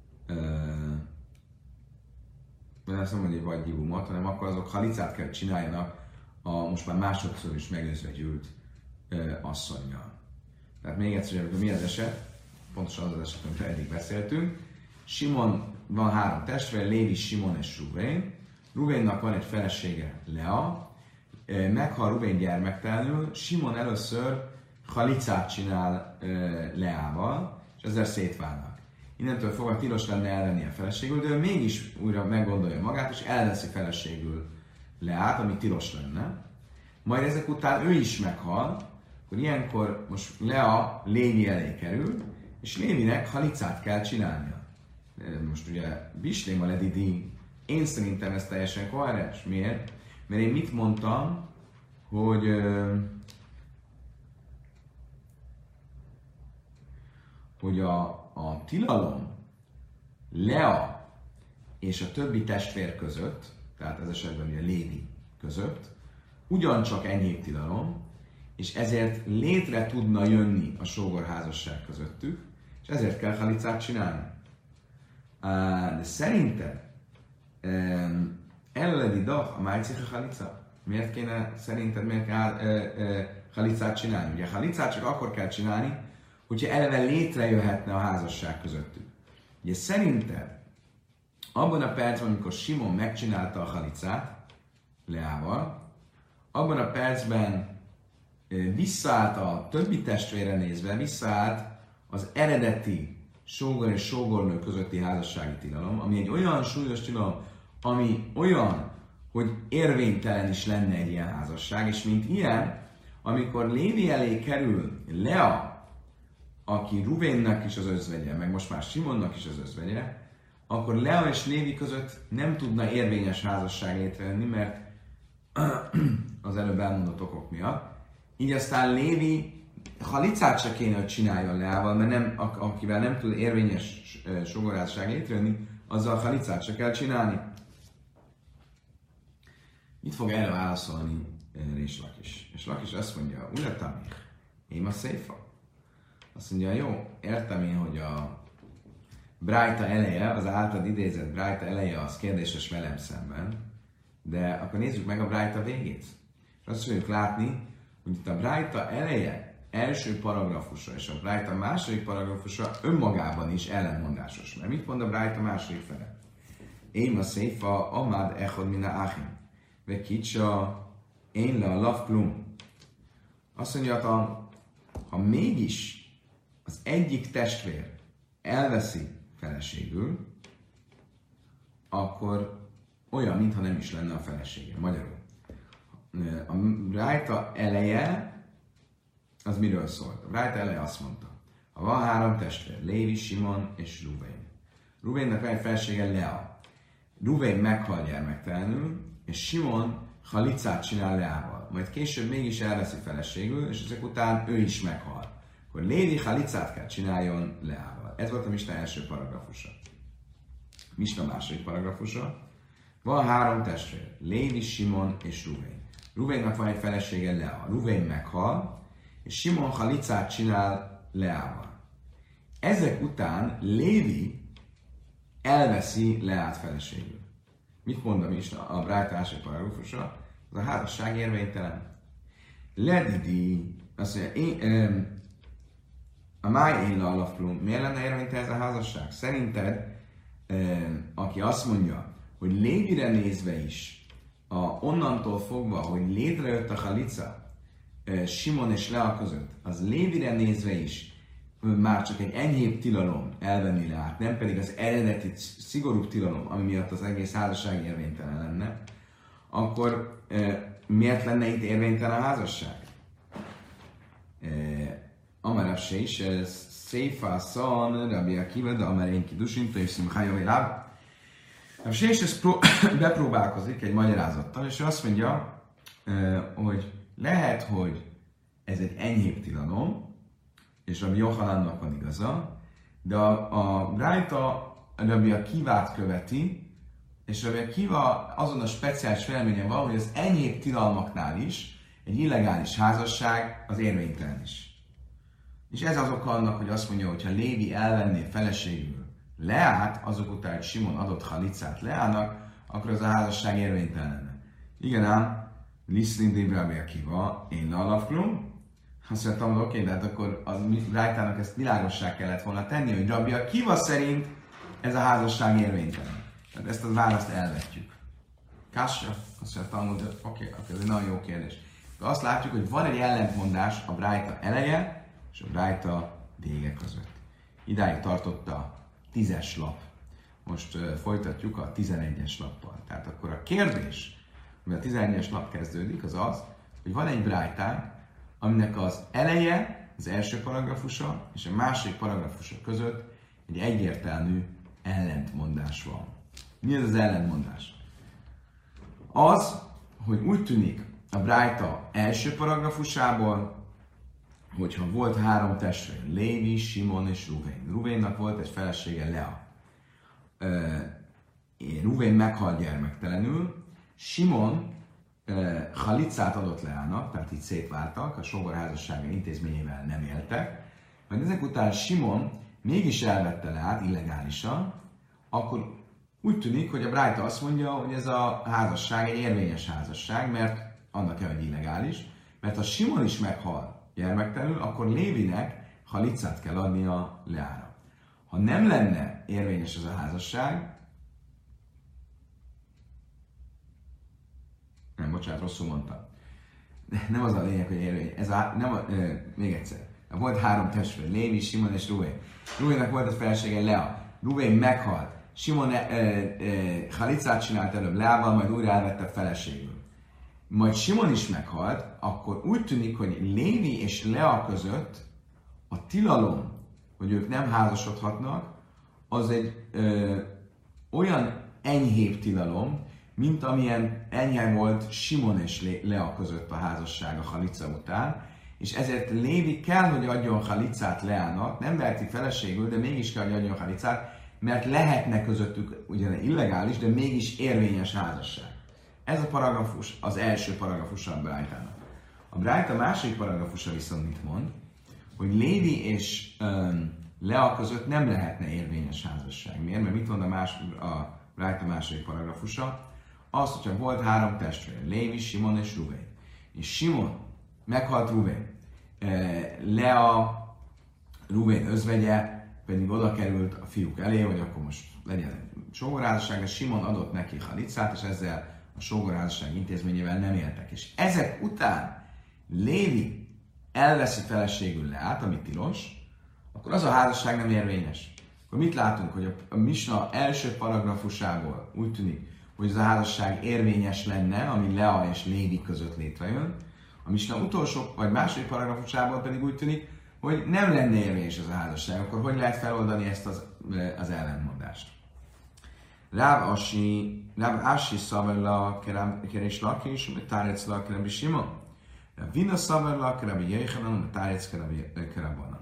de ezt nem mondja, hogy vagy jibumot, hanem akkor azok halicát kell, hogy csináljanak a most már másodszor is megözvegyült asszonnyal. Tehát még egyszer, hogy mi az eset, pontosan az az eset, amiről eddig beszéltünk. Simon van 3 testvér, Lévi, Simon és Ruvén. Ruvénnak van egy felesége, Lea. Meghal Ruvén gyermektelenül. Simon először halicát csinál Leával, és ezzel szétválnak. Innentől fogva tilos lenne elvenni a feleségül, de ő mégis újra meggondolja magát, és elveszi feleségül Leát, ami tilos lenne. Majd ezek után ő is meghal, akkor ilyenkor most Lea Lévi elé kerül, és Lévinek halicát kell csinálnia. Most ugye Bisléma ledidi, én szerintem ez teljesen koherens. Miért? Mert én mit mondtam, hogy a tilalom Lea és a többi testvér között, tehát ez esetben ugye Lévi között, ugyancsak enyhébb tilalom, és ezért létre tudna jönni a sógorházasság közöttük, és ezért kell halicát csinálni. De szerinted elledi dach a májcicha halica? Miért kell halicát csinálni? Ugye halicát csak akkor kell csinálni, hogyha eleve létrejöhetne a házasság közöttük. Ugye szerinted abban a percben, amikor Simon megcsinálta a halicát Leával, abban a percben visszaállt a többi testvére nézve, visszaállt az eredeti sógor és sógornő közötti házassági tilalom, ami egy olyan súlyos tilalom, ami olyan, hogy érvénytelen is lenne egy ilyen házasság, és mint ilyen, amikor Lévi elé kerül Lea, aki Ruvénnek is az özvegye, meg most már Simonnak is az özvegye, akkor Lea és Lévi között nem tudna érvényes házasság létrejönni, mert az előbb elmondott okok miatt. Így aztán Lévi halicát se kéne, hogy csináljon Leával, mert nem, akivel nem tud érvényes sógorházasság létrejönni, azzal halicát se kell csinálni. Mit fog erre válaszolni Rés Lakis? És Lakis azt mondja, Ulatamich, én a széfa. Azt mondja, jó, értem én, hogy a brájta eleje, az általad idézett brájta eleje az kérdéses velem szemben, de akkor nézzük meg a brájta végét. És azt fogjuk látni, hogy itt a brájta eleje első paragrafusa és a brájta második paragrafusa önmagában is ellenmondásos. Mert mit mond a brájta második fele? Én a széfa amad echod mina achim. Ve kicsa én le a lavklum. Azt mondja, ha mégis az egyik testvér elveszi feleségül, akkor olyan, mintha nem is lenne a felesége. Magyarul. A brájta eleje az miről szólt? A Brájta eleje azt mondta, ha van 3 testvér, Lévi, Simon és Ruvén. Ruvénnak van egy felesége, Lea. Ruvén meghal gyermektelenül, és Simon halicát csinál Leával. Majd később mégis elveszi feleségül, és ezek után ő is meghal. Akkor Lévi halicát kell csináljon Leával. Ez volt a Misna első paragrafusa. Misna második paragrafusa. Van 3 testvér, Lévi, Simon és Ruvén. Ruvénnak van egy felesége, Lea. Ruvén meghal, és Simon halicát csinál Leával. Ezek után Lévi elveszi Leát feleségül. Mit mond a Misna a Brájta első paragrafusa? Az a házasság érvénytelen. Ledidi, azt mondja, a máj élla alapulum, miért lenne érvénytelen ez a házasság? Szerinted, aki azt mondja, hogy Lévire nézve is, onnantól fogva, hogy létrejött a halica Simon és Lea között, az Lévire nézve is már csak egy enyhébb tilalom elvenni Leát, nem pedig az eredeti szigorúbb tilalom, ami miatt az egész házasság érvénytelen lenne, akkor miért lenne itt érvénytelen a házasság? Amarasse is, Széfa, Szan, Rabbi Akiva, de Amarénki Dusinta és Szimchajovi Láb. A Sés ezt bepróbálkozik egy magyarázattal, és azt mondja, hogy lehet, hogy ez egy enyhébb tilalom, és Rabbi Yohanannak van igaza, de a Brájta Rabbi Akivát követi, és Rabbi Akiva azon a speciális véleményen van, hogy az enyhébb tilalmaknál is egy illegális házasság az érvénytelen is. És ez az oka annak, hogy azt mondja, hogy ha Lévi elvenné feleségül Leát, azok után, hogy Simon adott halicát Leának, akkor az a házasság érvénytelen lenne. Igen ám, Liszlin Rabbi Akiva, én lalafklum. Azt mondtam, hogy oké, de hát akkor a Brájtának ezt világossá kellett volna tenni, hogy Rabbi Akiva szerint ez a házasság érvénytelen. Tehát ezt a választ elvetjük. Kásra? Azt mondtam, hogy oké, ez egy nagyon jó kérdés. De azt látjuk, hogy van egy ellentmondás a Brájta eleje és a Brájta vége között. Idáig tartott a 10-es lap. Most folytatjuk a 11-es lappal. Tehát akkor a kérdés, amivel a 11-es lap kezdődik, az az, hogy van egy Brájtánk, aminek az eleje, az első paragrafusa és a második paragrafusa között egy egyértelmű ellentmondás van. Mi ez az ellentmondás? Az, hogy úgy tűnik a Brájta első paragrafusából, hogyha volt 3 testvér, Lévi, Simon és Ruvén. Ruvénnak volt egy felesége, Lea. Ruvén meghal gyermektelenül, Simon halicát adott Leának, tehát így szétváltak, a sógorházassága intézményével nem éltek, majd ezek után Simon mégis elvette Leát illegálisan, akkor úgy tűnik, hogy a Brájta azt mondja, hogy ez a házasság egy érvényes házasság, mert annak kell, hogy illegális, mert ha Simon is meghal gyermektelenül, akkor Lévinek halicát kell adnia Leára. Ha nem lenne érvényes ez a házasság, nem, bocsánat, rosszul mondtam. Nem az a lényeg, hogy érvény. Még egyszer. Volt 3 testvér, Lévi, Simon és Ruvén. Ruvénnek volt egy felesége, Lea. Ruvén meghalt. Simon halicát csinált előbb Leával, majd újra elvette feleségül. Majd Simon is meghalt, akkor úgy tűnik, hogy Lévi és Lea között a tilalom, hogy ők nem házasodhatnak, az egy olyan enyhébb tilalom, mint amilyen enyhe volt Simon és Lea között a házasság a halica után, és ezért Lévi kell, hogy adjon halicát Leának, nem verti feleségül, de mégis kell, hogy adjon halicát, mert lehetne közöttük ugyan illegális, de mégis érvényes házasság. Ez a paragrafus az első paragrafusa a Brájtának. A Brájta második paragrafusa viszont mit mond? Hogy Lévi és Lea között nem lehetne érvényes házasság. Miért? Mert mit mond a Brájta második paragrafusa? Azt, hogyha volt 3 testvér, Lévi, Simon és Ruvén. És Simon meghalt Ruvén. Lea, Ruvén özvegye pedig oda került a fiúk elé, hogy akkor most legyen sógorházasság, és Simon adott neki halicát, és ezzel a sógorházasság intézményével nem éltek. És ezek után Lévi elveszi feleségül Leát, ami tilos, akkor az a házasság nem érvényes. Akkor mit látunk, hogy a Misna első paragrafusából úgy tűnik, hogy ez a házasság érvényes lenne, ami Lea és Lévi között létrejön. A Misna utolsó, vagy második paragrafusában pedig úgy tűnik, hogy nem lenne érvényes ez a házasság. Akkor hogy lehet feloldani ezt az ellentmondást? Ráv Asi szavarla kerés lakis, tárec lakerabi Simon. Vina szavarla kerabi Jöjjhanan, tárec kerabanan.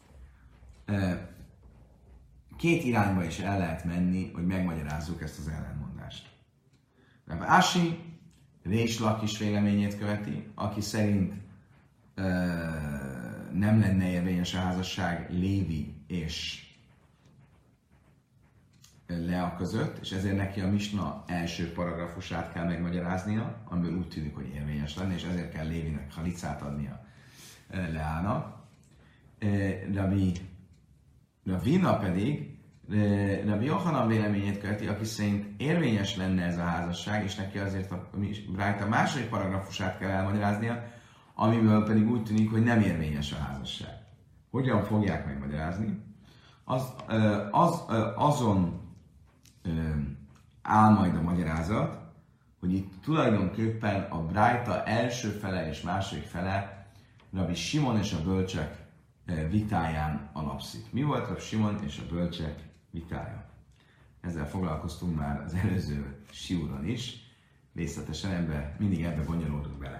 Két irányba is el lehet menni, hogy megmagyarázzuk ezt az ellentmondást. Ráv Asi Rés Lakis véleményét követi, aki szerint nem lenne érvényes a házasság Lévi és Lea között, és ezért neki a Misna első paragrafusát kell megmagyaráznia, amiből úgy tűnik, hogy érvényes lenne, és ezért kell Lévinek halicát adnia Leának. Ravina pedig Rabbi Yochanan véleményét követi, aki szerint érvényes lenne ez a házasság, és neki azért a második paragrafusát kell elmagyaráznia, amiből pedig úgy tűnik, hogy nem érvényes a házasság. Hogyan fogják megmagyarázni? Azon áll majd a magyarázat, hogy itt tulajdonképpen a Brájta első fele és második fele Rabbi Simon és a bölcsek vitáján alapszik. Mi volt Rabbi Simon és a bölcsek vitája? Ezzel foglalkoztunk már az előző siúron is. Részletesen mindig ebbe bonyolódunk bele.